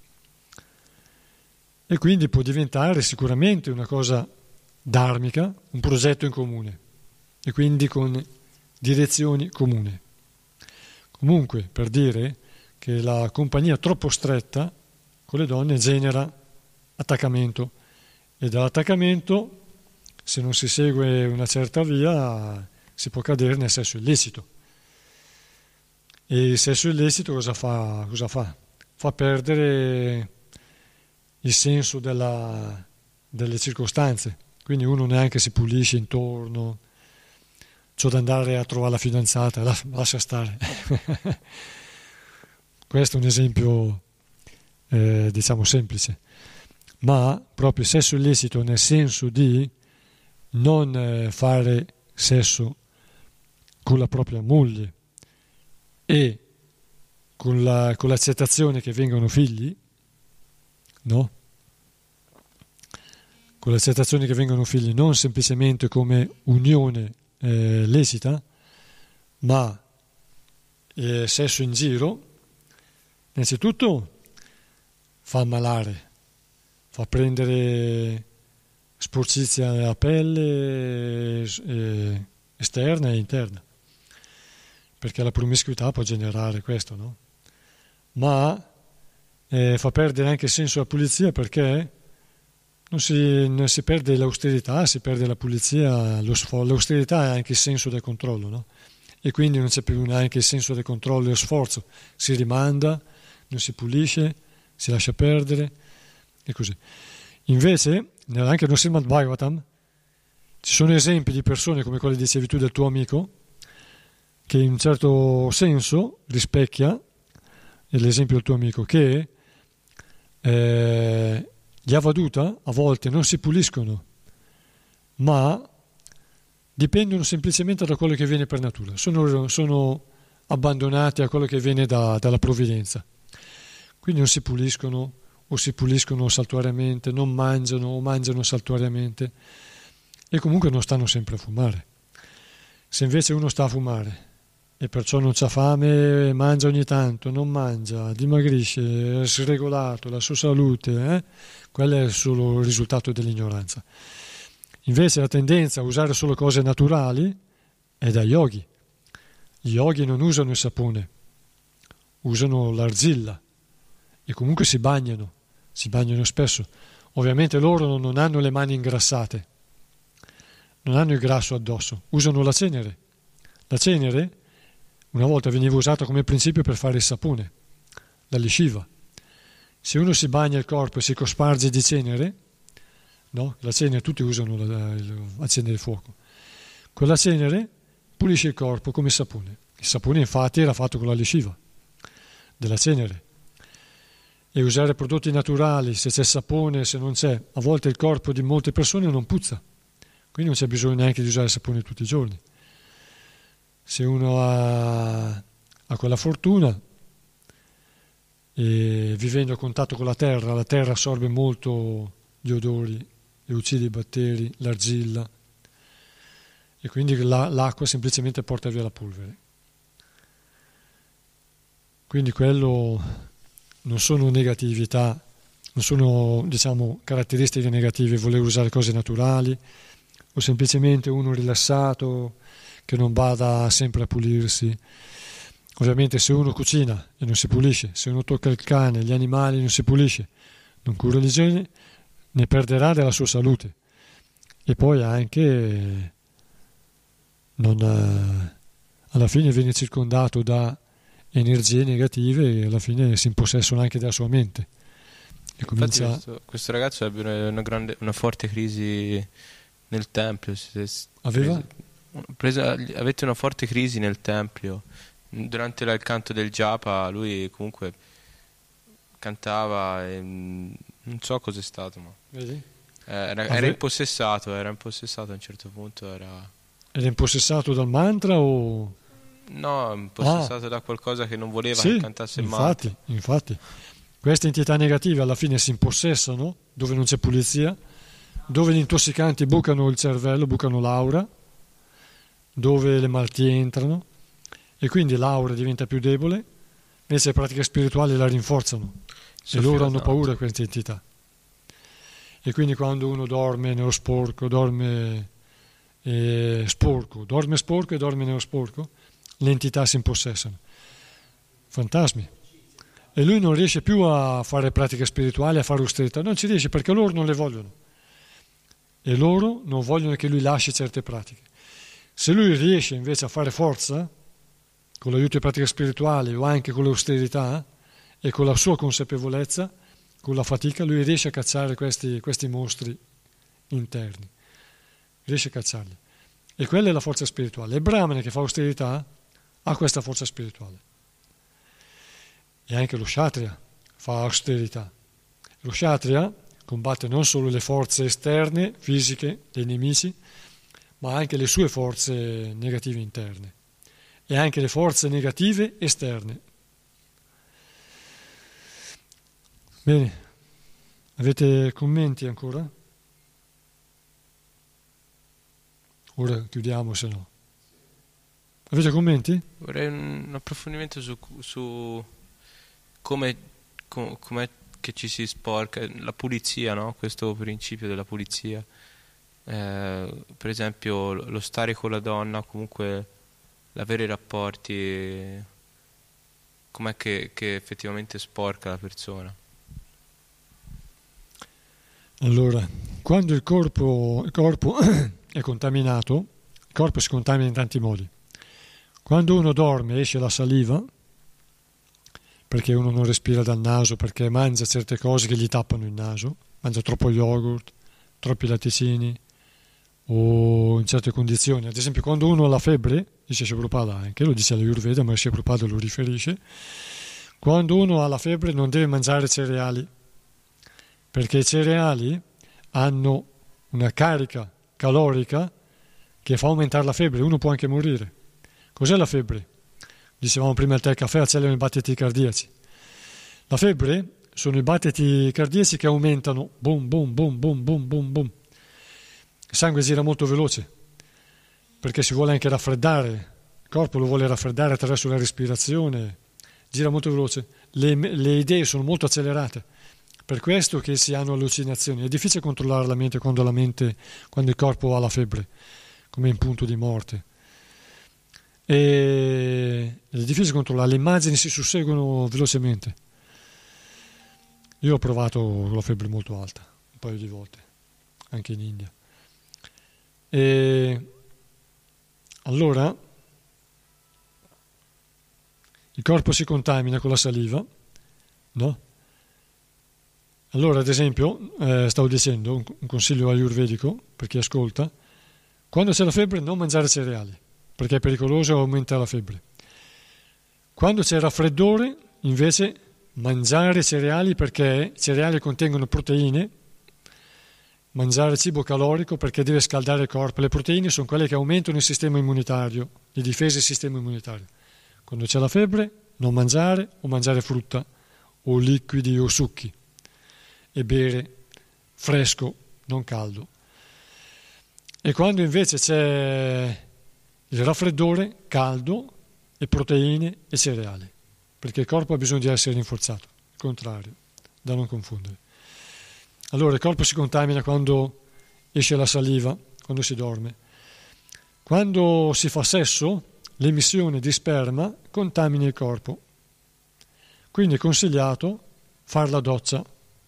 E quindi può diventare sicuramente una cosa dharmica, un progetto in comune, e quindi con direzioni comuni. Comunque, per dire che la compagnia troppo stretta con le donne genera attaccamento, e dall'attaccamento, se non si segue una certa via, si può cadere nel sesso illecito. E il sesso illecito cosa fa? Cosa fa? Fa perdere il senso della, delle circostanze, quindi uno neanche si pulisce intorno, c'ho da andare a trovare la fidanzata, la, lascia stare. Questo è un esempio eh, diciamo semplice, ma proprio sesso illecito nel senso di non eh, fare sesso con la propria moglie e con, la, con l'accettazione che vengano figli, no? Con l'accettazione che vengano figli, non semplicemente come unione eh, lecita, ma eh, sesso in giro, innanzitutto fa ammalare, fa prendere sporcizia alla pelle eh, esterna e interna, perché la promiscuità può generare questo, no? Ma eh, fa perdere anche il senso della pulizia, perché non si, non si perde l'austerità, si perde la pulizia, lo sfo- l'austerità è anche il senso del controllo, no? E quindi non c'è più neanche il senso del controllo e lo sforzo, si rimanda, non si pulisce, si lascia perdere e così. Invece, anche nel Srimad Bhagavatam ci sono esempi di persone come quelli dicevi tu del tuo amico, che in un certo senso rispecchia l'esempio del tuo amico, che eh, gli avaduta a volte non si puliscono, ma dipendono semplicemente da quello che viene per natura, sono, sono abbandonati a quello che viene da, dalla provvidenza, quindi non si puliscono o si puliscono saltuariamente, non mangiano o mangiano saltuariamente e comunque non stanno sempre a fumare. Se invece uno sta a fumare e perciò non c'ha fame, mangia ogni tanto, non mangia, dimagrisce, è sregolato, la sua salute, eh? Quello è solo il risultato dell'ignoranza. Invece la tendenza a usare solo cose naturali è da yogi. Gli yogi non usano il sapone, usano l'argilla e comunque si bagnano, si bagnano spesso. Ovviamente loro non hanno le mani ingrassate, non hanno il grasso addosso, usano la cenere. La cenere una volta veniva usata come principio per fare il sapone, la lisciva. Se uno si bagna il corpo e si cosparge di cenere, no? La cenere, tutti usano la, la, accendere il fuoco. Quella cenere pulisce il corpo come il sapone. Il sapone infatti era fatto con la lessiva della cenere, e usare prodotti naturali, se c'è sapone, se non c'è, a volte il corpo di molte persone non puzza, quindi non c'è bisogno neanche di usare sapone tutti i giorni. Se uno ha, ha quella fortuna, e vivendo a contatto con la terra, la terra assorbe molto gli odori e uccide i batteri, l'argilla, e quindi la, l'acqua semplicemente porta via la polvere. Quindi quello non sono negatività, non sono, diciamo, caratteristiche negative voler usare cose naturali, o semplicemente uno rilassato che non bada sempre a pulirsi. Ovviamente se uno cucina e non si pulisce, se uno tocca il cane, gli animali, non si pulisce, non cura l'igiene, ne perderà della sua salute, e poi anche non, eh, alla fine viene circondato da energie negative e alla fine si impossessano anche della sua mente. E comincia... questo, questo ragazzo aveva una, grande, una forte crisi nel tempio. Aveva? Presa, avete una forte crisi nel tempio. Durante il canto del japa lui comunque cantava e non so cos'è stato, ma Vedi? Era, era impossessato, era impossessato a un certo punto. Era, era impossessato dal mantra o... No, impossessato ah. da qualcosa che non voleva sì, che cantasse il infatti, mantra. Infatti, queste entità negative alla fine si impossessano dove non c'è pulizia, dove gli intossicanti bucano il cervello, bucano l'aura, dove le malattie entrano, e quindi l'aura diventa più debole, invece le pratiche spirituali la rinforzano, e loro hanno paura di queste entità. E quindi quando uno dorme nello sporco, dorme eh, sporco, dorme sporco e dorme nello sporco, le entità si impossessano. Fantasmi. E lui non riesce più a fare pratiche spirituali, a fare austerità, non ci riesce perché loro non le vogliono. E loro non vogliono che lui lasci certe pratiche. Se lui riesce invece a fare forza, con l'aiuto di pratiche spirituali o anche con l'austerità e con la sua consapevolezza, con la fatica, lui riesce a cacciare questi, questi mostri interni, riesce a cacciarli. E quella è la forza spirituale. Il Brahmane che fa austerità ha questa forza spirituale. E anche lo Kshatriya fa austerità. Lo Kshatriya combatte non solo le forze esterne, fisiche, dei nemici, ma anche le sue forze negative interne e anche le forze negative esterne. Bene, avete commenti ancora? Ora chiudiamo, se no. Avete commenti? Vorrei un approfondimento su, su come com, com'è che ci si sporca, la pulizia, no? Questo principio della pulizia. Eh, per esempio lo stare con la donna, comunque l'avere rapporti, com'è che, che effettivamente sporca la persona? Allora, quando il corpo, il corpo è contaminato, il corpo si contamina in tanti modi. Quando uno dorme esce la saliva, perché uno non respira dal naso, perché mangia certe cose che gli tappano il naso, mangia troppo yogurt, troppi latticini, o in certe condizioni. Ad esempio, quando uno ha la febbre, dice Prabhupada anche, lo dice l'Ayurveda, ma Prabhupada lo riferisce, quando uno ha la febbre non deve mangiare cereali, perché i cereali hanno una carica calorica che fa aumentare la febbre, uno può anche morire. Cos'è la febbre? Dicevamo prima il tè e il caffè accelerano i battiti cardiaci. La febbre sono i battiti cardiaci che aumentano, boom, boom, boom, boom, boom, boom, boom. Il sangue gira molto veloce, perché si vuole anche raffreddare, il corpo lo vuole raffreddare attraverso la respirazione, gira molto veloce, le, le idee sono molto accelerate. Per questo che si hanno allucinazioni. È difficile controllare la mente quando, la mente, quando il corpo ha la febbre, come in punto di morte. E è difficile controllare, le immagini si susseguono velocemente. Io ho provato con la febbre molto alta, un paio di volte, anche in India. E allora il corpo si contamina con la saliva, no? Allora, ad esempio, eh, stavo dicendo un, un consiglio ayurvedico per chi ascolta: quando c'è la febbre non mangiare cereali, perché è pericoloso e aumenta la febbre. Quando c'è raffreddore, invece, mangiare cereali, perché i cereali contengono proteine, mangiare cibo calorico perché deve scaldare il corpo. Le proteine sono quelle che aumentano il sistema immunitario, di difesa del sistema immunitario. Quando c'è la febbre, non mangiare o mangiare frutta o liquidi o succhi e bere fresco, non caldo. E quando invece c'è il raffreddore, caldo e proteine e cereali, perché il corpo ha bisogno di essere rinforzato, il contrario, da non confondere. Allora il corpo si contamina quando esce la saliva, quando si dorme. Quando si fa sesso, l'emissione di sperma contamina il corpo. Quindi è consigliato fare la doccia.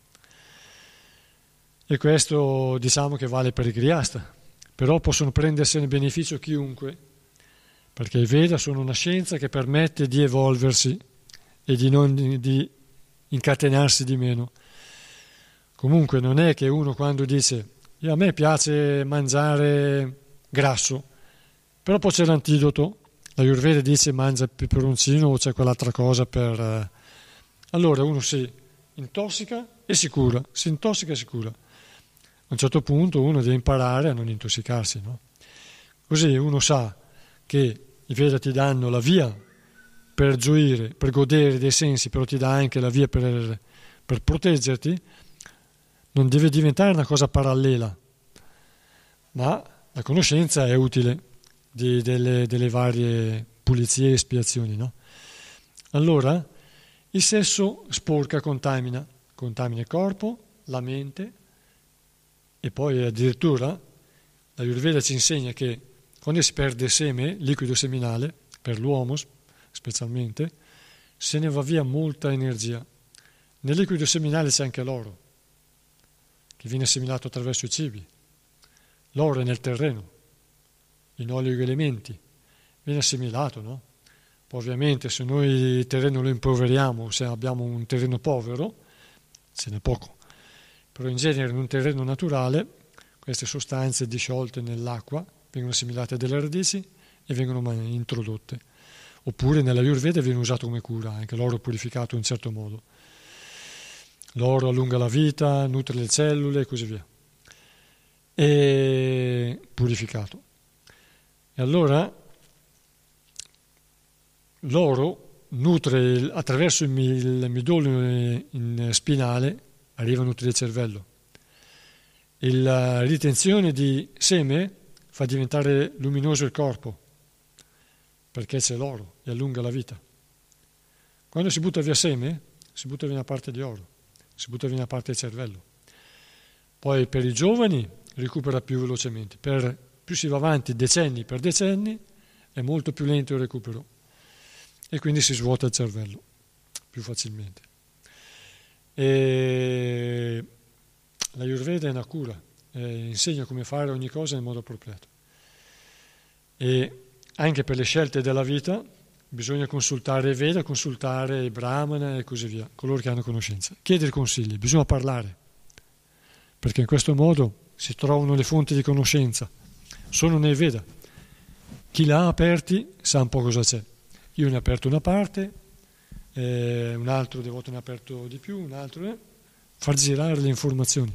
E questo diciamo che vale per il griasta, però possono prendersene beneficio chiunque, perché i Veda sono una scienza che permette di evolversi e di non di incatenarsi di meno. Comunque non è che uno quando dice a me piace mangiare grasso, però poi c'è l'antidoto, la Ayurveda dice mangia il peperoncino o c'è quell'altra cosa per... Allora uno si intossica e si cura, si intossica e si cura. A un certo punto uno deve imparare a non intossicarsi, no? Così uno sa che i Veda ti danno la via per gioire, per godere dei sensi, però ti dà anche la via per, per proteggerti. Non deve diventare una cosa parallela, ma la conoscenza è utile di, delle, delle varie pulizie e espiazioni, no? Allora, il sesso sporca, contamina, contamina il corpo, la mente, e poi addirittura la Ayurveda ci insegna che quando si perde seme, liquido seminale, per l'uomo specialmente, se ne va via molta energia. Nel liquido seminale c'è anche l'oro, che viene assimilato attraverso i cibi. L'oro è nel terreno, in oligoelementi, viene assimilato, no? Poi ovviamente se noi il terreno lo impoveriamo, se abbiamo un terreno povero, ce n'è poco. Però in genere in un terreno naturale queste sostanze disciolte nell'acqua vengono assimilate dalle radici e vengono introdotte. Oppure nella Ayurveda viene usato come cura, anche l'oro purificato in un certo modo. L'oro allunga la vita, nutre le cellule e così via. E purificato. E allora l'oro nutre attraverso il midollo spinale, arriva a nutrire il cervello. E la ritenzione di seme fa diventare luminoso il corpo, perché c'è l'oro e allunga la vita. Quando si butta via seme, si butta via una parte di oro, si butta via una parte del cervello. Poi per i giovani recupera più velocemente, per più si va avanti decenni per decenni è molto più lento il recupero e quindi si svuota il cervello più facilmente. E la Ayurveda è una cura, eh, insegna come fare ogni cosa nel modo appropriato. E anche per le scelte della vita bisogna consultare i Veda, consultare i Brahmana e così via, coloro che hanno conoscenza. Chiedere consigli, bisogna parlare, perché in questo modo si trovano le fonti di conoscenza. Sono nei Veda. Chi l'ha aperti sa un po' cosa c'è. Io ne ho aperto una parte, eh, un altro devoto ne ha aperto di più, un altro... Eh, far girare le informazioni.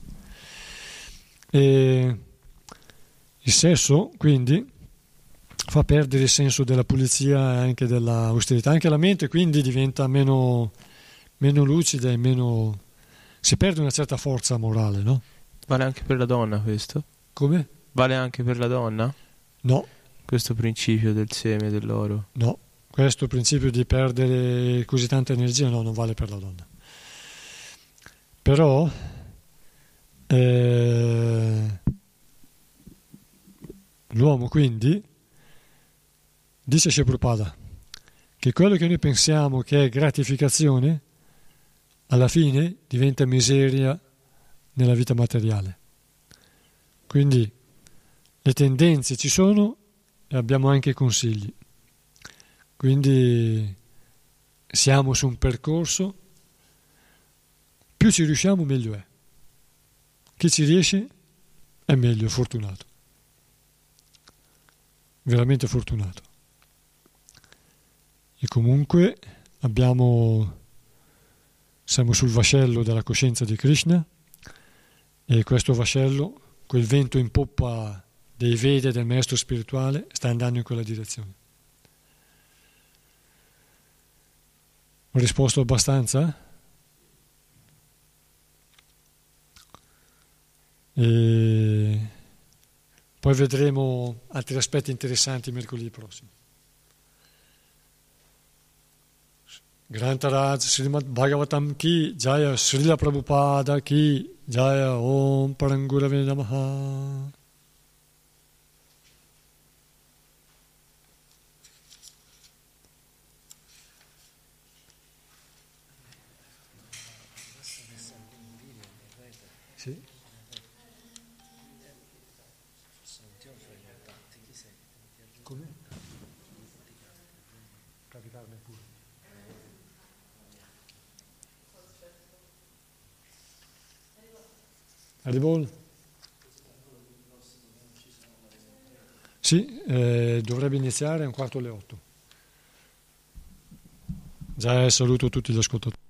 E il sesso, quindi, fa perdere il senso della pulizia e anche dell'austerità. Anche la mente, quindi, diventa meno, meno lucida e meno... si perde una certa forza morale, no? Vale anche per la donna questo? Come? Vale anche per la donna? No. Questo principio del seme, dell'oro? No. Questo principio di perdere così tanta energia, no, non vale per la donna. Però eh, l'uomo quindi, dice Srila Prabhupada, che quello che noi pensiamo che è gratificazione, alla fine diventa miseria nella vita materiale. Quindi le tendenze ci sono e abbiamo anche consigli. Quindi siamo su un percorso. Più ci riusciamo meglio è. Chi ci riesce è meglio, fortunato. veramente fortunato. E comunque abbiamo, siamo sul vascello della coscienza di Krishna, e questo vascello, quel vento in poppa dei Veda del maestro spirituale, sta andando in quella direzione. Ho risposto abbastanza? E poi vedremo altri aspetti interessanti mercoledì prossimo. Grantaraj Srimad Bhagavatam ki Jaya, Srila Prabhupada ki Jaya, Om Parangurave Namaha. Sì. Come? Caricarne pure. Arrivo? Sì, eh, dovrebbe iniziare a un quarto alle otto. Già saluto tutti gli ascoltatori.